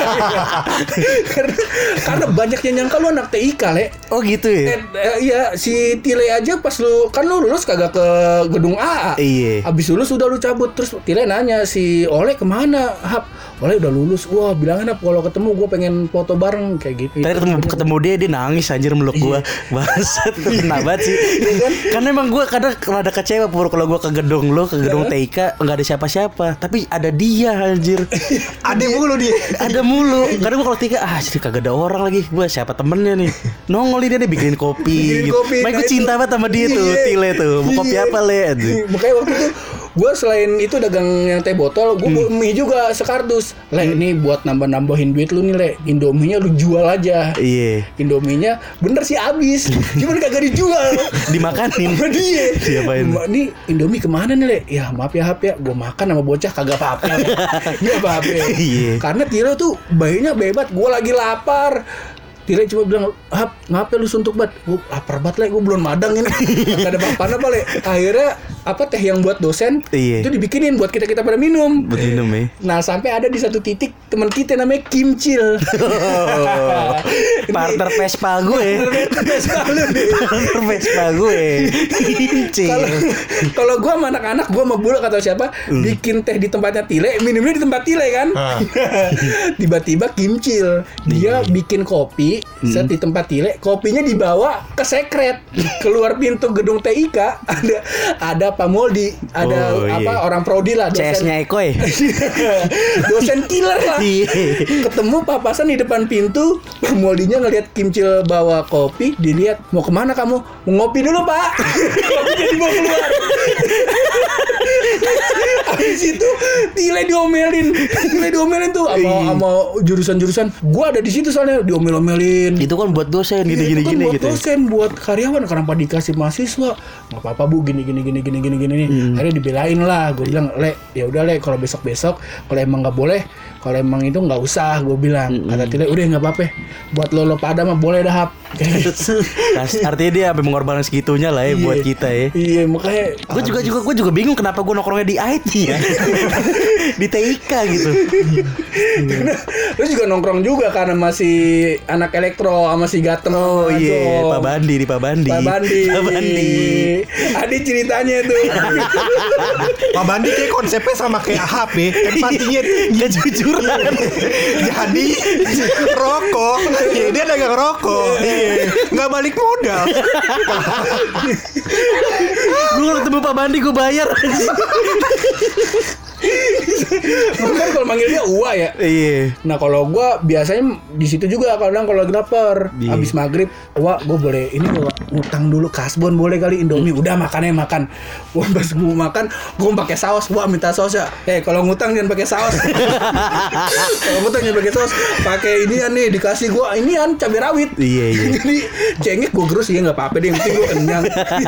karena, karena banyaknya nyangka lu anak T I K, Le. Oh gitu ya? Eh, eh, iya, si Tile aja pas lu kan lu lulus kagak ke gedung A A. Iya. Abis lulus udah lu cabut. Terus Tile nanya, si Oleh kemana? Hap, Oleh udah lulus. Wah, bilangin apa kalau ketemu gue pengen foto bareng kayak gitu. Tadi ketemu, ketemu dia, dia nangis anjir meluk gue. Bangsat, kena banget sih. Karena emang gue kadang kalau ada kecewa pur kalau gue ke gedung lo, ke gedung T I K nggak ada siapa-siapa, tapi ada dia anjir. Ada mulu dia. Ada mulu. Karena gue kalau T I K ah jadi kagak ada orang lagi. Gue siapa temennya nih? Nongol dia, dia bikinin kopi. Bikinin kopi. Mak gue cinta banget sama dia tuh, Tile tuh. Mau kopi apa le? Makanya waktu itu gue selain itu dagang yang teh botol, gue hmm. mie juga sekardus. Le, ini buat nambah-nambahin duit lu nih, Le. Indominya lu jual aja. Iya. Indominya bener sih habis, cuman kagak dijual. Dimakanin sama dia. Siapain? Ini Indomie kemana nih, Le? Ya maaf ya, Hap ya, gue makan sama bocah kagak apa-apa. Iya apa-apa. Iya. Karena Tile tuh bayinya bebat, gue lagi lapar. Tile cuma bilang, Hap, ngapa lu suntuk banget? Gue lapar banget, Le, gue belum madang ini. Gak ada apa-apa apa, Le. Akhirnya apa teh yang buat dosen iya. itu dibikinin buat kita-kita pada minum. Buat minum ya. Nah, sampai ada di satu titik teman kita namanya Kimcil. Oh, partner Vespa gue. Partner Vespa lu nih. Partner Vespa gue. Kimcil. Kalau gue sama anak-anak, gue sama Buluk atau siapa hmm. bikin teh di tempatnya Tile, minumnya di tempat Tile kan. Ah. Tiba-tiba Kimcil dia hmm. bikin kopi hmm. set di tempat Tile, kopinya dibawa ke sekret. Keluar pintu gedung T I K ada ada Pak Moldi, ada oh, apa iya. orang prodi lah, C S-nya Eko ya. Dosen killer lah. Ketemu papasan di depan pintu, Pak Moldinya ngelihat Kimcil bawa kopi, dilihat, mau kemana kamu? Mau ngopi dulu, Pak. Kopinya dibawa keluar. Habis itu Tile diomelin, Tile diomelin tuh sama sama jurusan-jurusan. Gua ada di situ soalnya diomel-omelin. Itu kan buat dosen gini-gini gini buat gitu. Dosen buat karyawan, kenapa dikasih mahasiswa? Enggak apa-apa Bu, gini gini gini gini gini gini nih. Hmm. Akhirnya dibelain lah. Gue bilang, "Le, ya udah Le, kalau besok-besok kalau emang nggak boleh, kalau emang itu nggak usah," gue bilang. Hmm. Kata Tile, "Udah nggak apa-apa. Buat lo lo pada mah boleh dah, Hap." Artinya dia sampai mengorbankan segitunya lah ya buat kita ya. Iya, makanya gue juga juga gue juga bingung kenapa gue nongkrongnya di I T ya. Di T I K gitu. Lu juga nongkrong juga karena masih anak elektro sama si Gatem. Oh iya, Pak Bandi di Pak Bandi. Pak Bandi. Pak Bandi. Adi ceritanya tuh. Pak Bandi kayak konsepnya sama kayak H P, empatinya kejujuran. Jadi rokok, ya dia dagang rokok, iya, nggak balik modal. Gue ketemu Pak Bandi gue bayar. Bukan kalau manggil dia Uwa ya. Iya. Nah kalau gue biasanya di situ juga kadang kalau lagi lapar, Iya. habis maghrib, Uwa gue boleh ini gua ngutang dulu kasbon boleh kali Indomie. Udah makannya makan. Gua pas gue makan, gue pakai saus. Wah minta saus ya. Eh kalau ngutang jangan pakai saus. Kalau ngutang jangan pakai saus. Pakai inian nih dikasih gue inian cabai rawit. Iya iya. Jadi cengek gue gerus ya nggak apa-apa deh. Yang penting gue kenyang.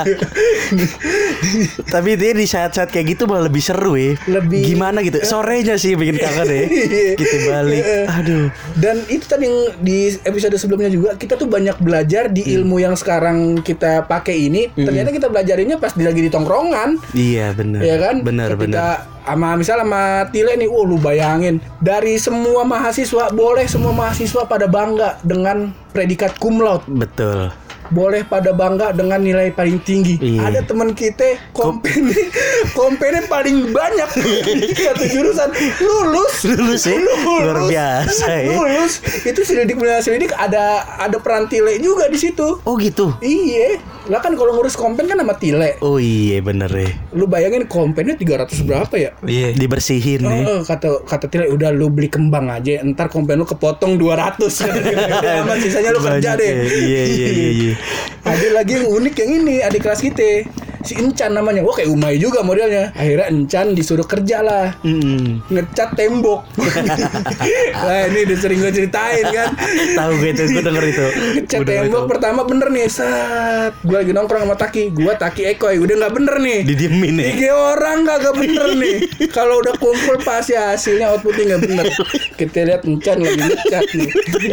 Tapi dia di saat-saat kayak gitu malah lebih seru ya. Lebih gimana gitu. Sorenya sih bikin kangen ya. Gitu balik. Aduh. Dan itu tadi yang di episode sebelumnya juga kita tuh banyak belajar di ilmu yang sekarang kita pakai ini. Hmm. Ternyata kita belajarinnya pas di lagi di tongkrongan. Iya benar. Iya kan? Benar benar. Sama misalnya sama Tile nih, oh lu bayangin dari semua mahasiswa boleh semua mahasiswa pada bangga dengan predikat cum laude. Betul. Boleh pada bangga dengan nilai paling tinggi. Iya. Ada teman kita kompennya kompennya paling banyak satu jurusan lulus lulus ya luar biasa ya. Lulus itu selidik selidik ada ada peran Tile juga di situ. Oh gitu. Iya. Lah kan kalau ngurus kompen kan sama Tile. Oh iya bener ya. Lu bayangin kompennya tiga ratus berapa ya? Iya. Dibersihin nih. Oh, kata kata Tile udah lu beli kembang aja, ntar kompen lu kepotong dua ratus. Aman sisanya lu kerja deh. Iya iya iya iya. Ada lagi yang unik yang ini adik kelas kita. Si Encan namanya. Wah kayak Umay juga modelnya. Akhirnya Encan disuruh kerja lah. Mm. Ngecat tembok. Nah ini udah sering gue ceritain kan. Tahu gue itu, gue denger itu. Ngecat tembok itu. Pertama bener nih. Set. Gue lagi nongkrong sama Taki. Gue Taki Ekoy. Udah gak bener nih. Didiemin nih. Tiga orang gak bener nih. Kalau udah kumpul pasti hasilnya outputnya gak bener. Kita lihat Encan lagi ngecat nih.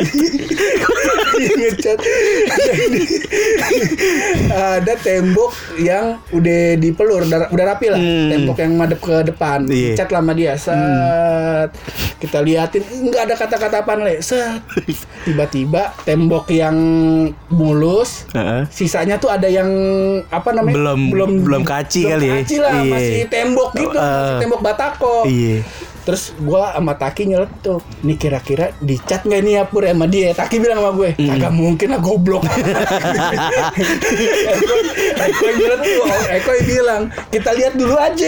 Ngecat. Ada tembok yang udah dipelur, udah, udah rapi lah. Hmm. Tembok yang madep ke depan. Yeah. Cat lama dia. Set. Hmm. Kita liatin nggak ada kata-kata apaan le. Set. Tiba-tiba tembok yang mulus, uh-huh. Sisanya tuh ada yang apa namanya? Belum belum belum kaci belum kali ya. Kaci lah, yeah. Masih tembok gitu, uh, masih tembok batako. Iya. Terus gue sama Taki nyeletuk, nih kira-kira dicat nggak nih ya Pur sama dia? Taki bilang sama gue, kagak mm. mungkin lah goblok. Eko bilang tuh, Eko bilang kita lihat dulu aja.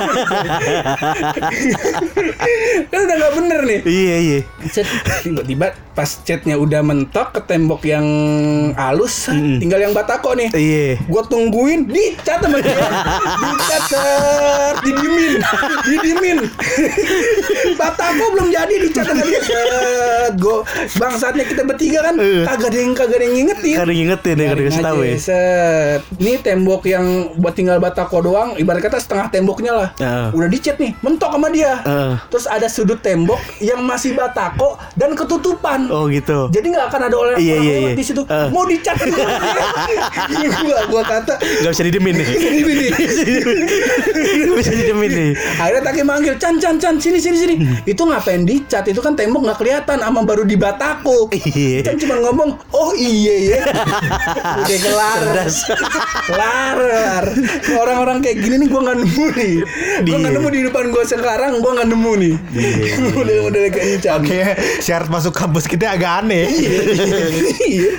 Kan udah nggak bener nih. Iya iya. Tiba-tiba pas catnya udah mentok ke tembok yang halus, mm. tinggal yang batako nih. Iya. Gue tungguin, dicat sama dia, dicat, set, didiemin, didiemin. Batako belum jadi dicat sama dia. Set, go. Bang saatnya kita bertiga kan, uh. kagak ada yang kagak ada yang ngingetin. Kagak ada yang ngingetin ya, kagak dikasih tahu ya. Set. Ini tembok yang buat tinggal batako doang, ibarat kata setengah temboknya lah. Uh. Udah dicat nih, mentok sama dia. Uh. Terus ada sudut tembok yang masih batako dan ketutupan. Oh gitu. Jadi nggak akan ada orang iya, orang iya, lewat iya. di situ. Uh. Mau dicat dulu. Gua gua kata nggak bisa didiemin nih. Nggak bisa didiemin nih. Akhirnya Taki manggil, Chan Chan Chan sini sini sini. Hmm. Itu ngapain dicat? Itu kan tembok nggak kelihatan, ama baru di batako. Chan cuma ngomong, oh iya ya. Udah kelar. Kelar. Orang-orang kayak gini nih gua nggak nemu nih. Gua nggak nemu di depan gua sekarang. Gua nggak nemu nih. Udah-udah kayak Chan. Oke, syarat masuk kampus kita agak aneh. Iya.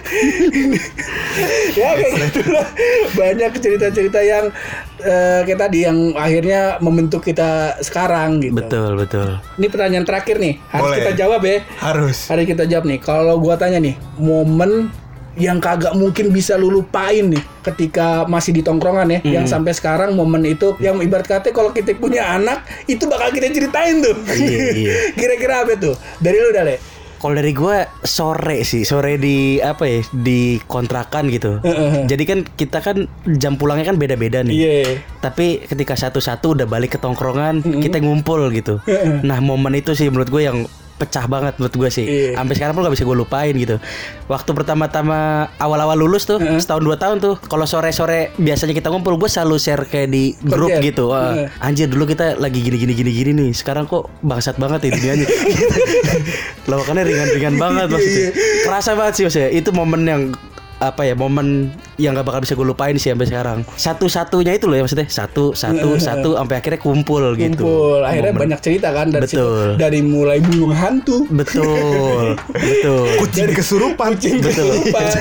Ya kayak gitulah. Banyak cerita-cerita yang uh, kayak tadi yang akhirnya membentuk kita sekarang gitu. Betul, betul. Ini pertanyaan terakhir nih. Harus Boleh. kita jawab ya. Harus. Harus kita jawab nih. Kalau gua tanya nih, momen yang kagak mungkin bisa lu lupain nih ketika masih di tongkrongan ya, hmm. yang sampai sekarang momen itu yang ibarat kata kalau kita punya anak itu bakal kita ceritain tuh. Iya, iya. Kira-kira apa tuh? Dari lu dah, Le. Kalau dari gue sore sih, sore di apa ya, di kontrakan gitu. Jadi kan kita kan jam pulangnya kan beda-beda nih. Iya. Tapi ketika satu-satu udah balik ke tongkrongan, kita ngumpul gitu. Nah momen itu sih menurut gue yang pecah banget menurut gue sih. Iya. Sampai sekarang pun gak bisa gue lupain gitu. Waktu pertama-tama awal-awal lulus tuh, uh-huh. setahun dua tahun tuh, kalau sore-sore biasanya kita ngumpul, gue selalu share kayak di grup Podcast. gitu. Wah, uh-huh. Anjir dulu kita lagi gini-gini gini-gini nih. Sekarang kok bangsat banget ya dunianya. Lawakannya ringan-ringan banget maksudnya. Kerasa banget sih maksudnya. Itu momen yang apa ya, momen yang gak bakal bisa gue lupain sih sampai sekarang. Satu-satunya itu loh ya maksudnya, satu satu satu sampai akhirnya kumpul, kumpul gitu. Kumpul, akhirnya momen. banyak cerita kan dari betul. situ, dari mulai burung hantu, betul, betul, kucing kesurupan, kucing betul. kesurupan,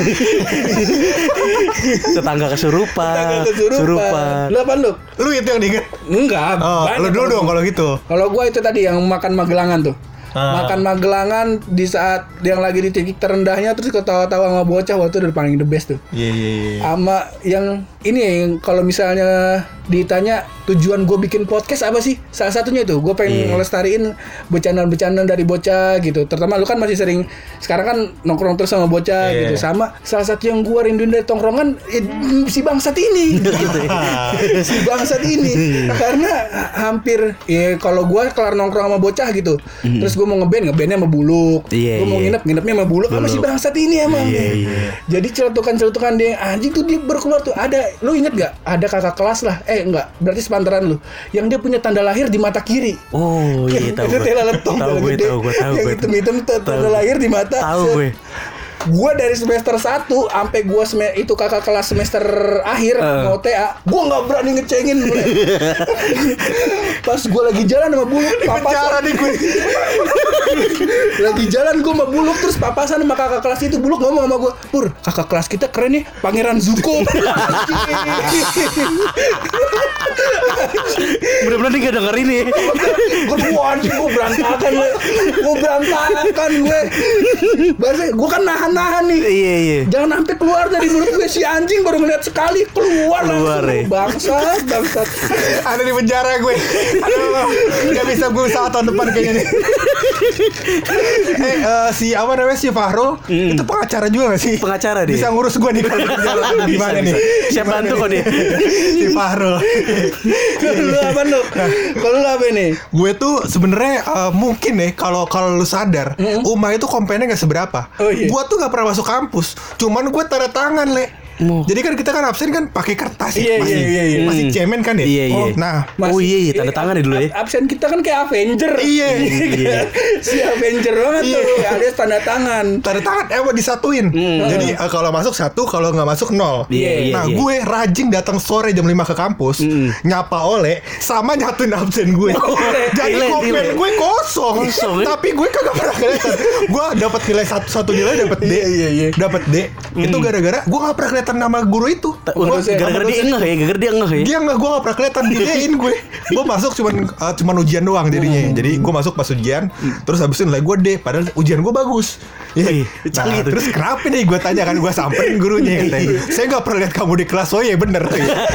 tetangga kesurupan, tetangga kesurupan. Lu apa lu? Lu itu yang diinget? Enggak. Oh, lu dulu dong kalau gitu. Kalau gua itu tadi yang makan magelangan tuh. Ah. Makan magelangan di saat yang lagi di titik terendahnya, terus ketawa-tawa sama bocah, waktu udah paling the best tuh. Iya iya iya. Sama yang ini ya, yang kalau misalnya ditanya tujuan gue bikin podcast apa sih, salah satunya itu gue pengen yeah. ngelestariin bercandaan-bercandaan dari bocah gitu. Terutama lu kan masih sering sekarang kan nongkrong terus sama bocah yeah. gitu. Sama salah satu yang gue rinduin dari tongkrongan eh, si bangsat ini gitu. Si bangsat ini karena hampir ya kalau gue kelar nongkrong sama bocah gitu, mm. terus gue mau ngeband ngebandnya sama Buluk, yeah, gue mau yeah. nginep nginepnya sama Buluk, sama si bangsat ini emang. Yeah, yeah. Jadi celutukan-celutukan dia anjing tuh dia berkeluar tuh. Ada, lu inget gak? Ada kakak kelas lah. Eh enggak, berarti sepantaran lu. Yang dia punya tanda lahir di mata kiri. Oh iya tahu. Itu tela letong. Tahu gue, tahu gue, tahu gue. Yang hitam-hitam tanda lahir di mata. Tahu gue. Gue dari semester satu sampai gue sem- itu kakak kelas semester akhir uh. mau T A, gue nggak berani ngecengin mulai. Pas gue lagi jalan sama Buluk, papasan nih gue. Lagi jalan gue sama Buluk, terus papasan sama kakak kelas itu. Buluk ngomong sama gue, Pur, kakak kelas kita keren nih, Pangeran Zuko. Bener-bener dia gak denger ini. Gue anjing, gue berantakan gue. Gue berantakan gue. Bahasa gue kan nahan-nahan nih. Iya iya. Jangan sampai keluar dari mulut gue, si anjing baru ngeliat sekali keluar, keluar langsung. Ya. Bangsat, bangsat. Ada di penjara gue. Aduh, gak bisa gue usaha tahun depan kayaknya nih. Eh uh, si apa namanya si Fahrul mm. itu pengacara juga gak sih? Pengacara dia. Bisa ngurus gue nih kalau di penjara. Gimana nih? Siap bantu kok dia. Si Fahrul. Kalau lu apa lu? Kalau lu apa nih? Gue tuh sebenarnya uh, mungkin nih kalau kalau lu sadar, mm-hmm. Uma itu komplainnya gak seberapa. Oh, iya. Gue tuh gak pernah masuk kampus. Cuman gue tanda tangan, Le. Oh. Jadi kan kita kan absen kan pakai kertas ya, iya, masih iya, iya. masih cemen kan ya. Iya, iya. Oh, nah, masih, oh iya, iya tanda tangan ya dulu ya. Absen kita kan kayak Avenger. Iya. Iya. Si Avenger banget iya. tuh, alias tanda tangan. Tanda tangan eh mau disatuin. Hmm. Jadi uh, kalau masuk satu, kalau nggak masuk nol. Iya, nah, iya, gue rajin datang sore jam lima ke kampus, hmm. nyapa Ole sama nyatuin absen gue. Oh, jadi komen gue kosong. kosong ya? Tapi gue kagak pernah kelihatan. Gue dapat nilai satu satu nilai dapat D. Iya, iya. Dapat D. Hmm. Itu gara-gara gue nggak pernah kelihatan nama guru itu. Gua, gara-gara dia ngeh ya, gara-gara dia ngeh ya. Dia ngeh, gue gak pernah kelihatan, diain gue. Gue masuk cuman uh, cuman ujian doang jadinya. Jadi gue masuk pas ujian, terus habis itu nilai gue D, padahal ujian gue bagus. Iya. Nah, terus kenapa nih gue tanya kan, gue samperin gurunya. Saya gak pernah lihat kamu di kelas. Oh iya bener.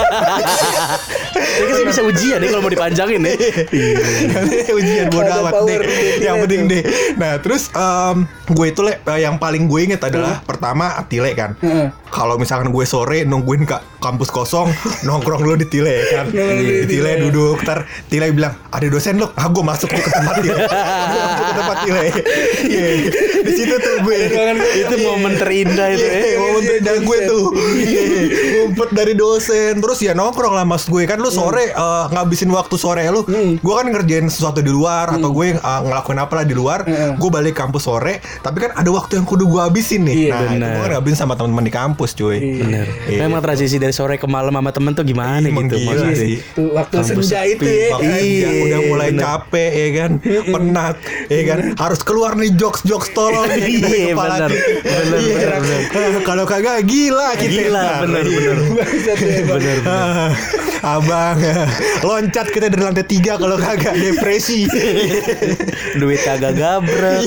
Tapi sih bisa ujian nih kalau mau dipanjangin ya. Ujian bodo amat deh. Yang penting deh. Nah terus um, gue itu le, yang paling gue inget adalah hmm. pertama Tile kan. Hmm. Kalau misalkan gue sore nungguin ke kampus kosong, nongkrong dulu di Tile kan. Di Tile duduk, ntar Tile bilang ada dosen lo, ah gue masuk ke tempat Tile. Gue masuk ke tempat Tile. Iya. Di situ tuh gue. Itu momen terindah itu ya. Momen terindah gue tuh. Ngumpet dari dosen, terus ya nongkrong lah mas gue kan. Lu sore uh, ngabisin waktu sore lu, hmm. gue kan ngerjain sesuatu di luar hmm. atau gue uh, ngelakuin apa lah di luar, hmm. gue balik kampus sore, tapi kan ada waktu yang kudu gue habisin nih. Iya, nah, bener. Itu gue kan habisin sama teman-teman di kampus, cuy. Bener. Iya. Memang transisi dari sore ke malam sama temen tuh gimana Emang gitu maksudnya sih. Waktu senja itu ya. Iya, udah mulai bener. Capek ya kan, penat ya kan, harus keluar nih jokes-jokes tolol nih dari kepala kita. Kalau kagak gila kita. Gila, bener bener. Bener bener. Abang loncat kita dari lantai tiga kalau kagak depresi. Duit kagak gabrek.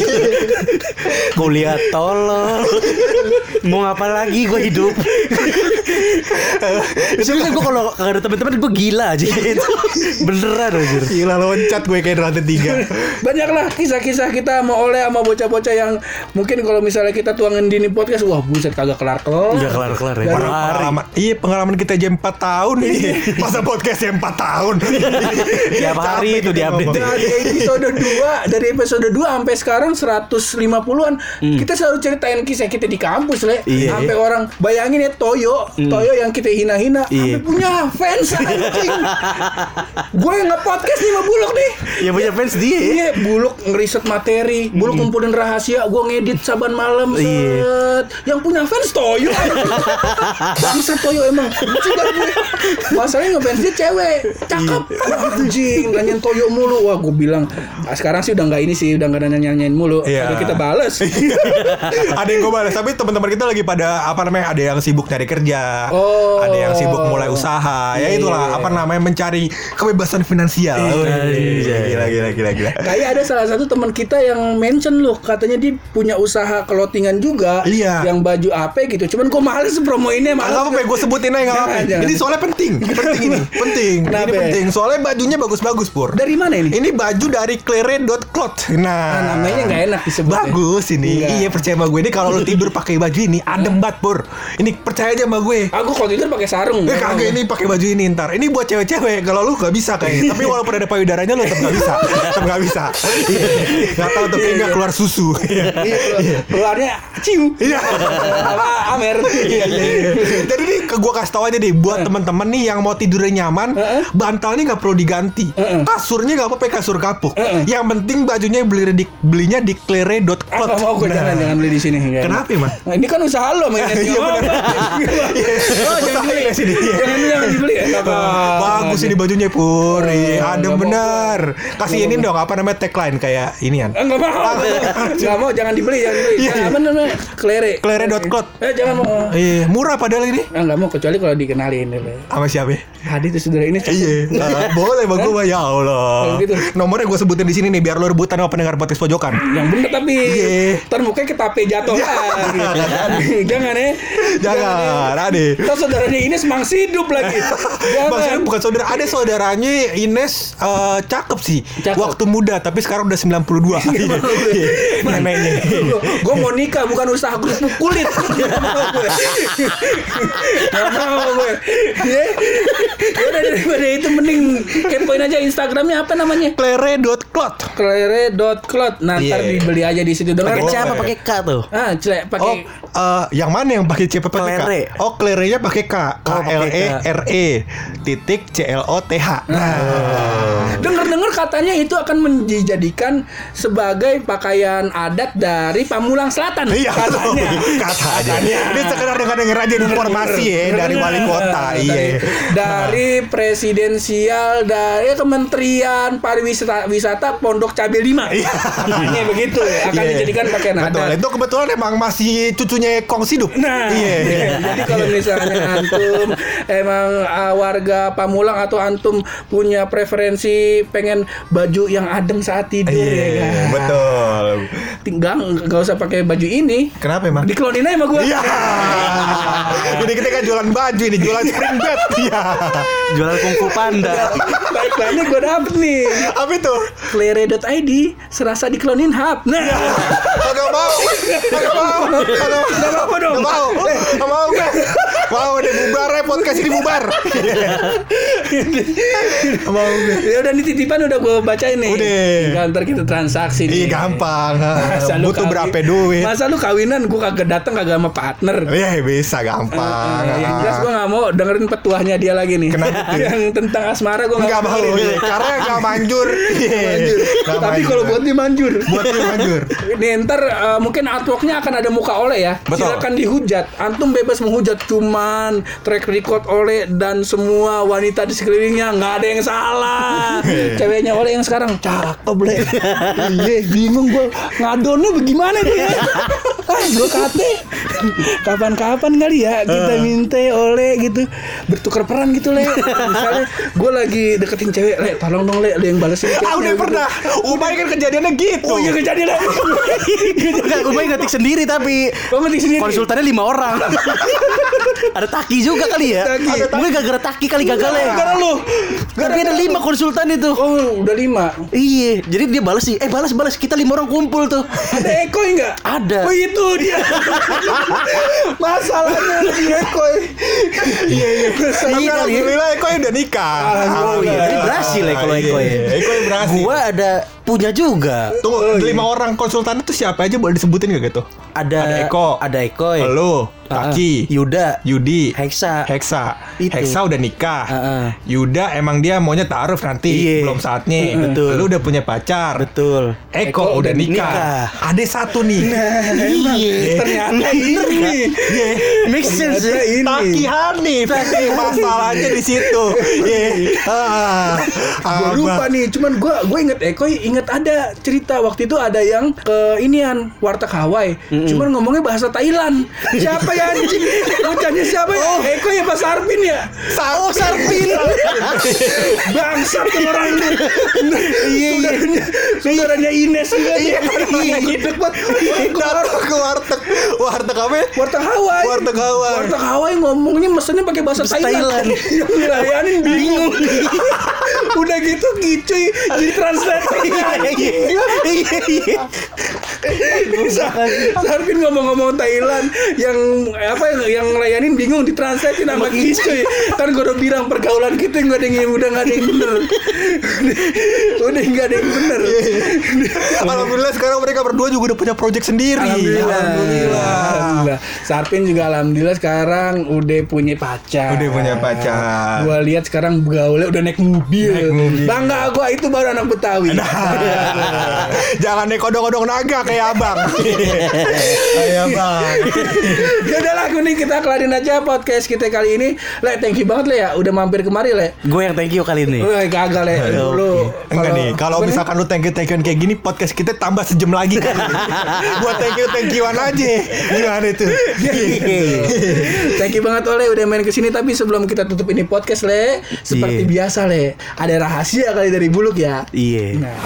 Kuliah tolol. Mau ngapa lagi gue hidup. Sebenernya gue kalau kagak ada teman-teman gue gila aja. Beneran anjir. Gila loncat gue kayak dari lantai tiga. Banyaklah kisah-kisah kita sama Oleh sama bocah-bocah yang mungkin kalau misalnya kita tuangin di ini podcast, wah buset kagak kelar-kelar. Enggak kelar-kelar ya. Pengalaman, iya pengalaman kita aja empat tahun nih. Masa podcastnya empat tahun. Tiap hari itu diupdate. Nah, dari episode dua dari episode dua sampai sekarang seratus lima puluhan hmm. kita selalu ceritain kisah kita di kampus Le. Iya. Sampai orang bayangin ya Toyo, hmm. Toyo yang kita hina-hina Iya. sampai punya fans anjing. Gue nge-podcast nih sama Buluk nih. Ya punya fans dia. Iya, Buluk ngeriset materi, Buluk ngumpulin rahasia, gue ngedit saban malam. Set. Iya. Yang punya fans Toyo. Bangsa Toyo emang. Lucu banget gue. Masalahnya ngefans dia cewek, cakep. Anjing, nanyain Toyo mulu. Wah, gue bilang, ah, sekarang sih udah nggak ini sih, udah nggak nanya-nanyain mulu. Iya. Tapi kita bales. Ada yang gue balas, tapi teman-teman kita lagi pada apa namanya? Ada yang sibuk cari kerja, Oh. ada yang sibuk mulai usaha. Ya Iya, itulah iya. apa namanya mencari kebebasan finansial. Iya. Gila gila gila gila. Kayak ada salah satu teman kita yang mention loh, katanya dia punya usaha clothingan juga. Iya. Yang baju apa gitu. Cuman kok males promoinnya Nggak malah. apa-apa, gue sebutin aja nggak apa-apa. Jangan, jangan. Ini soalnya penting, penting ini, penting. Kenapa? Ini penting. Soalnya bajunya bagus-bagus Pur. Dari mana ini? Ini baju dari claret dot cloth. Nah, Ah, namanya nggak enak disebut. ya. bagus ini. Enggak. Iya percaya sama gue. Ini kalau lu tidur pakai baju ini adem banget Pur. Ini percaya aja sama gue. Aku kalau tidur pakai sarung. Eh kagak, ini pakai baju ini ntar. Ini buat cewek-cewek. Kalau lu gak bisa kayaknya. Tapi walaupun ada payudaranya lu tetap gak bisa. Tetap gak bisa. Gak tahu tapi Iya, nggak iya. keluar susu. Iya, keluarnya ciu. Iya. Apa Amer. Iya, iya, iya. Jadi nih gue kasih tau aja deh buat teman-teman nih yang mau tidurnya nyaman, Heeh. bantalnya nggak perlu diganti, Heeh. kasurnya nggak apa-apa kasur kapuk. Heeh. Yang penting bajunya beli di belinya di claret dot Ah, cloth. nggak mau gue jangan jangan beli di sini. Nggak Kenapa enak. emang? Nah, ini kan usaha lo mainnya. Iya, bener. Oh, jangan Usaha dibeli. ya sini. Jangan jangan dibeli. Nggak apa-apa. Bagus ini bajunya Pur. Oh, Iya, nggak adem mau, bener. Kasih Nggak ini mau. dong apa namanya tagline kayak inian. Eh, Nggak mau. Nggak mau, jangan dibeli, jangan dibeli. Iya, Nah, apa namanya? Klere. claret dot cloth. Eh, jangan mau. Iya, murah padahal ini. Ah, nggak mau kecuali kalau dikenalin dulu. Sama siapa? Hadi itu saudara ini. Iya, ah, boleh bang gue ya Allah. Kalau gitu. Nomornya gue sebutin di sini nih biar lo rebutan sama pendengar podcast pojokan. Yang bener tapi Iya. ntar mukanya ketape jatuh lagi. Jangan ya. Jangan, Ade. Ntar saudaranya Ines mangsa hidup lagi. Maksudnya Jangan. bukan saudara, ada saudaranya Ines eh, cakep sih. Cakep. Waktu muda tapi sekarang udah sembilan puluh dua. Iya. Neneknya. Gue mau nikah bukan usaha kerupuk kulit. Gak mau gue. Gak mau gue. Ya udah daripada itu mending kepoin aja Instagramnya apa namanya? claret dot cloth. Klere dot cloth. Nah, ntar Iya. dibeli aja di situ. Dengar Pakai C apa Boleh. pakai K tuh? Ah, celek Oh, pakai eh, yang mana yang pakai C pakai K? Klere. Oh, klerenya pakai K. K Oh, L pakai E K. R E titik C L O T H. Nah. Dengar-dengar katanya itu akan dijadikan sebagai pakaian adat dari Pamulang Selatan. Iya, katanya. katanya. Ini sekedar dengar-dengar aja informasi ya dari wali kota. Dari, Iya. dari presidensial dari Kementerian Pariwisata Wisata Pondok Cabe lima. Iya. Katanya begitu ya, akan Iya. dijadikan pakaian Betul. adat. Itu kebetulan emang masih cucunya Kong Sidup. Nah, Iya. jadi kalau misalnya antum emang uh, warga Pamulang atau antum punya preferensi pengen baju yang adem saat tidur ya Iya, kan? betul. Tinggal nggak usah pakai baju ini. Kenapa emang? Diklonin aja sama gue. Iya. Jadi kita kan jualan baju ini, jualan spring bed. Iya. Jualan kungfu panda. Baiklah, ini gue dapet nih. Apa itu? klere dot i d serasa diklonin hub. Nah, Kagak mau. Kagak mau. Kagak mau. nggak apa dong. Nggak mau. Nggak mau gue. Mau deh bubar ya podcast ini bubar. Nggak mau gue. Ya udah nih titipan udah gue bacain nih. Udah. Tinggal ntar kita transaksi nih. Iya gampang. Masa lu Butuh kawin- berapa duit? Masa lu kawinan gue kagak datang kagak sama partner. Iya bisa gampang. Eh, yang jelas gue gak mau dengerin petuahnya dia lagi nih. Kenapa? Yang tentang asmara gue Nggak mau. Iya. Karena nggak manjur. Iya. Manjur. Nggak Tapi manjur. kalau buat dia manjur. buat dia manjur. Nih ntar uh, mungkin artworknya akan ada muka Oleh ya. Betul. Silakan dihujat. Antum bebas menghujat, cuman track record Oleh dan semua wanita di sekelilingnya nggak ada yang salah. Ceweknya Oleh yang sekarang cakep Le. Iya bingung gue ngadonnya bagaimana dia. Ah gue kate. Kapan-kapan kali ya kita minta oleh gitu bertukar peran gitu le. Misalnya gue lagi deketin cewek, le tolong dong le, lu yang balesin chatnya. Ah udah gitu. pernah. Umay kan kejadiannya gitu. Oh iya kejadian lagi. Enggak, gue ngetik sendiri tapi Oh ngetik sendiri. konsultannya lima orang. Ada Taki juga kali ya. Taki. Gue gara-gara Taki kali gagalnya. Gara lu. Tapi ada lima konsultan itu. Oh udah lima. Iya, jadi dia balas sih. Eh balas balas kita lima orang kumpul tuh. Ada Eko enggak? Ada. Oh itu dia. Masalahnya di Eko. Iya iya. Tapi Iya, alhamdulillah Eko udah nikah. Oh, iya. Jadi berhasil ya kalau Eko ya. Eko yang berhasil. Gua ada punya juga. Tunggu, lima orang konsultan itu siapa aja boleh disebutin gak gitu? Ada Ada Eko. Ada Eko. Lu, Ah, Taki, Yuda, Yudi, Heksa. Heksa. Itu. Heksa udah nikah. Heeh. Yuda emang dia maunya taruh nanti, Iya. belum saatnya. Betul. Lu udah punya pacar. Betul. Eko, Eko udah udah nikah. nikah. Ada satu nih. Iya. Ternyata ini. Make sense Ternyata ya. ini. Taki Hanif. Masalahnya di situ. Iya. Ah. Gue lupa nih, cuman gue gue inget Eko inget ada cerita waktu itu ada yang ke inian warteg Hawaii, cuman ngomongnya bahasa Thailand. Siapa ya anjing? Bocahnya siapa ya? Eko ya Pak Sarpin ya? Oh, Sarpin. Bangsat tuh orang ini. Iya iya. Saudaranya Ines juga dia. Iya gede banget. Datang ke warteg. Warteg apa? ya? Warteg Hawaii. Warteg Hawaii. Warteg Hawaii ngomongnya mesennya pakai bahasa Bahasa Thailand. Thailand. Yang ngelayanin bingung. Udah gitu gicuy di translate. Iya iya. Sarpin ngomong-ngomong Thailand yang apa yang yang ngelayanin bingung ditranslatein sama gicuy. Kan gue udah bilang pergaulan kita nggak ada yang udah nggak ada yang bener. Udah nggak ada yang bener. Alhamdulillah sekarang mereka berdua juga udah punya project sendiri. Alhamdulillah. Alhamdulillah. Alhamdulillah. Sarpin juga alhamdulillah sekarang udah punya pacar. Udah punya pacar. Gua lihat sekarang gaulnya udah naik mobil. Naik mobil. Bangga gua itu baru anak Betawi. Jangan naik odong-odong naga kayak abang. Kayak abang. Ya udah lah nih kita kelarin aja podcast kita kali ini. Le, thank you banget Le ya udah mampir kemari Le. Gue yang thank you kali ini. Wah, gagal Le. Lu Enggak nih, kalau misalkan lu thank you thank you kayak gini podcast kita tambah sejam lagi kan. Buat thank you thank you-an aja. Gimana itu? Thank you banget Ole udah main kesini. Tapi sebelum kita tutup ini podcast Le, seperti Iya. biasa Le, ada rahasia kali dari Buluk ya. Iya. Nah,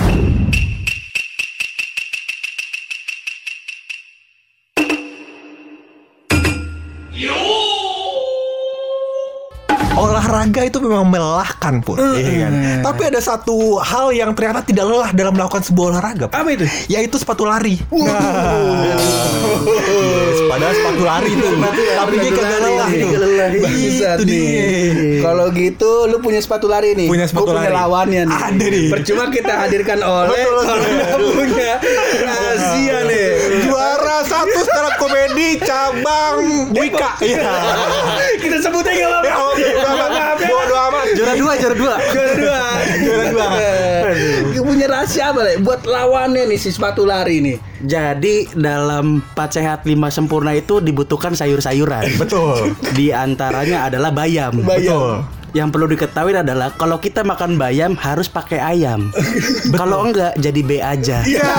Olahraga itu memang melelahkan pun, iya kan? Tapi ada satu hal yang ternyata tidak lelah dalam melakukan sebuah olahraga, Pak. apa itu? Yaitu sepatu lari. Nah, yes, padahal sepatu lari itu, tapi dia kagak lelah tuh. Bangsat Itu nih. dia. Kalau gitu lu punya sepatu lari nih. Punya sepatu Gua punya lari. lawannya nih. Ada nih. Percuma kita hadirkan oleh Betul, kalau betul. nggak punya rahasia nih. Juara satu stand up komedi cabang Wika. Iya. Kita sebutnya nggak apa-apa. Ya, oke, nggak apa-apa. Bodo amat. Juara dua, juara dua. Juara dua. Juara dua. Lu punya rahasia apa Le? Buat lawannya nih si sepatu lari nih. Jadi dalam empat sehat lima sempurna itu dibutuhkan sayur-sayuran. Betul. Di antaranya adalah bayam. Betul. Yang perlu diketahui adalah kalau kita makan bayam harus pakai ayam. Kalau enggak jadi B aja. Ya.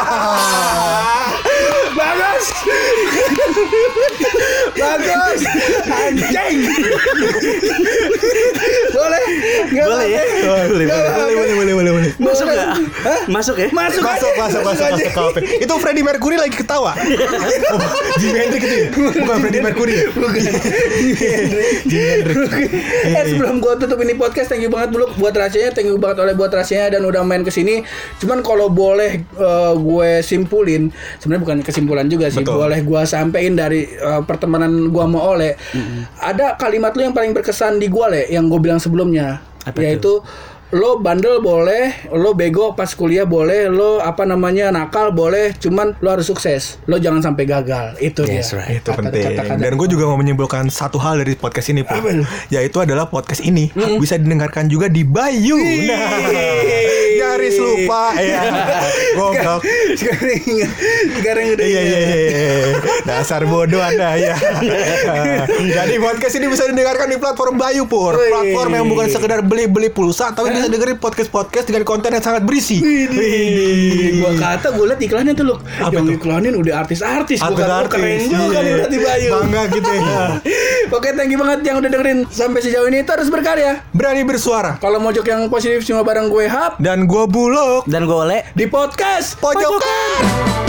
Bagus. Bagus. Anjing. Boleh? Nggak Boleh ya? apa-apa. Boleh, Nggak boleh, apa-apa. Boleh, boleh, boleh, boleh. Masuk Boleh. enggak? Hah? Masuk ya? Masuk Masuk, aja. masuk, masuk, aja. masuk, masuk. Itu Freddie Mercury lagi ketawa. Oh, Jimi Hendrix itu ya? Bukan Freddie Mercury. Bukan. Jimi Hendrix. Eh sebelum gua tutup ini podcast, thank you banget Buluk buat rahasianya, thank you banget oleh buat rahasianya dan udah main kesini. Cuman kalau boleh uh, gue simpulin, sebenarnya bukan kesimpulan juga sih, Betul. boleh gua sampein dari uh, pertemanan gua sama Ole. Ada kalimat lu yang paling berkesan di gua Le, yang gue bilang sebelumnya, Apa yaitu lo bandel boleh, lo bego pas kuliah boleh, lo apa namanya nakal boleh, cuman lo harus sukses, lo jangan sampai gagal. Itu Yes, dia. right. Itu Kata- penting. kata-kata. Dan gue juga mau menyimpulkan satu hal dari podcast ini, Pak. Apa itu? Yaitu adalah podcast ini bisa didengarkan juga di Bayu. Nah, Nyaris lupa. Iya. Goblok. Sekarang ingat. Sekarang udah Iya ingat. iya iya. Dasar bodoh Anda ya. Jadi podcast ini bisa didengarkan di platform Bayu Pur. Wih. Platform yang bukan sekedar beli-beli pulsa, tapi bisa dengerin podcast-podcast dengan konten yang sangat berisi. Widih. Gua kata gue liat iklannya tuh, Luk. Apa Yang tuh? iklanin udah artis-artis. Gua kata, Artis-artis. keren juga nih Iya. berarti Bayu. Bangga gitu ya. Oke, thank you banget yang udah dengerin sampai sejauh ini. Terus berkarya. Berani bersuara. Kalau mojok yang positif cuma bareng gue Hap Dan gua Bulog. Dan gue oleh di podcast Pojokan.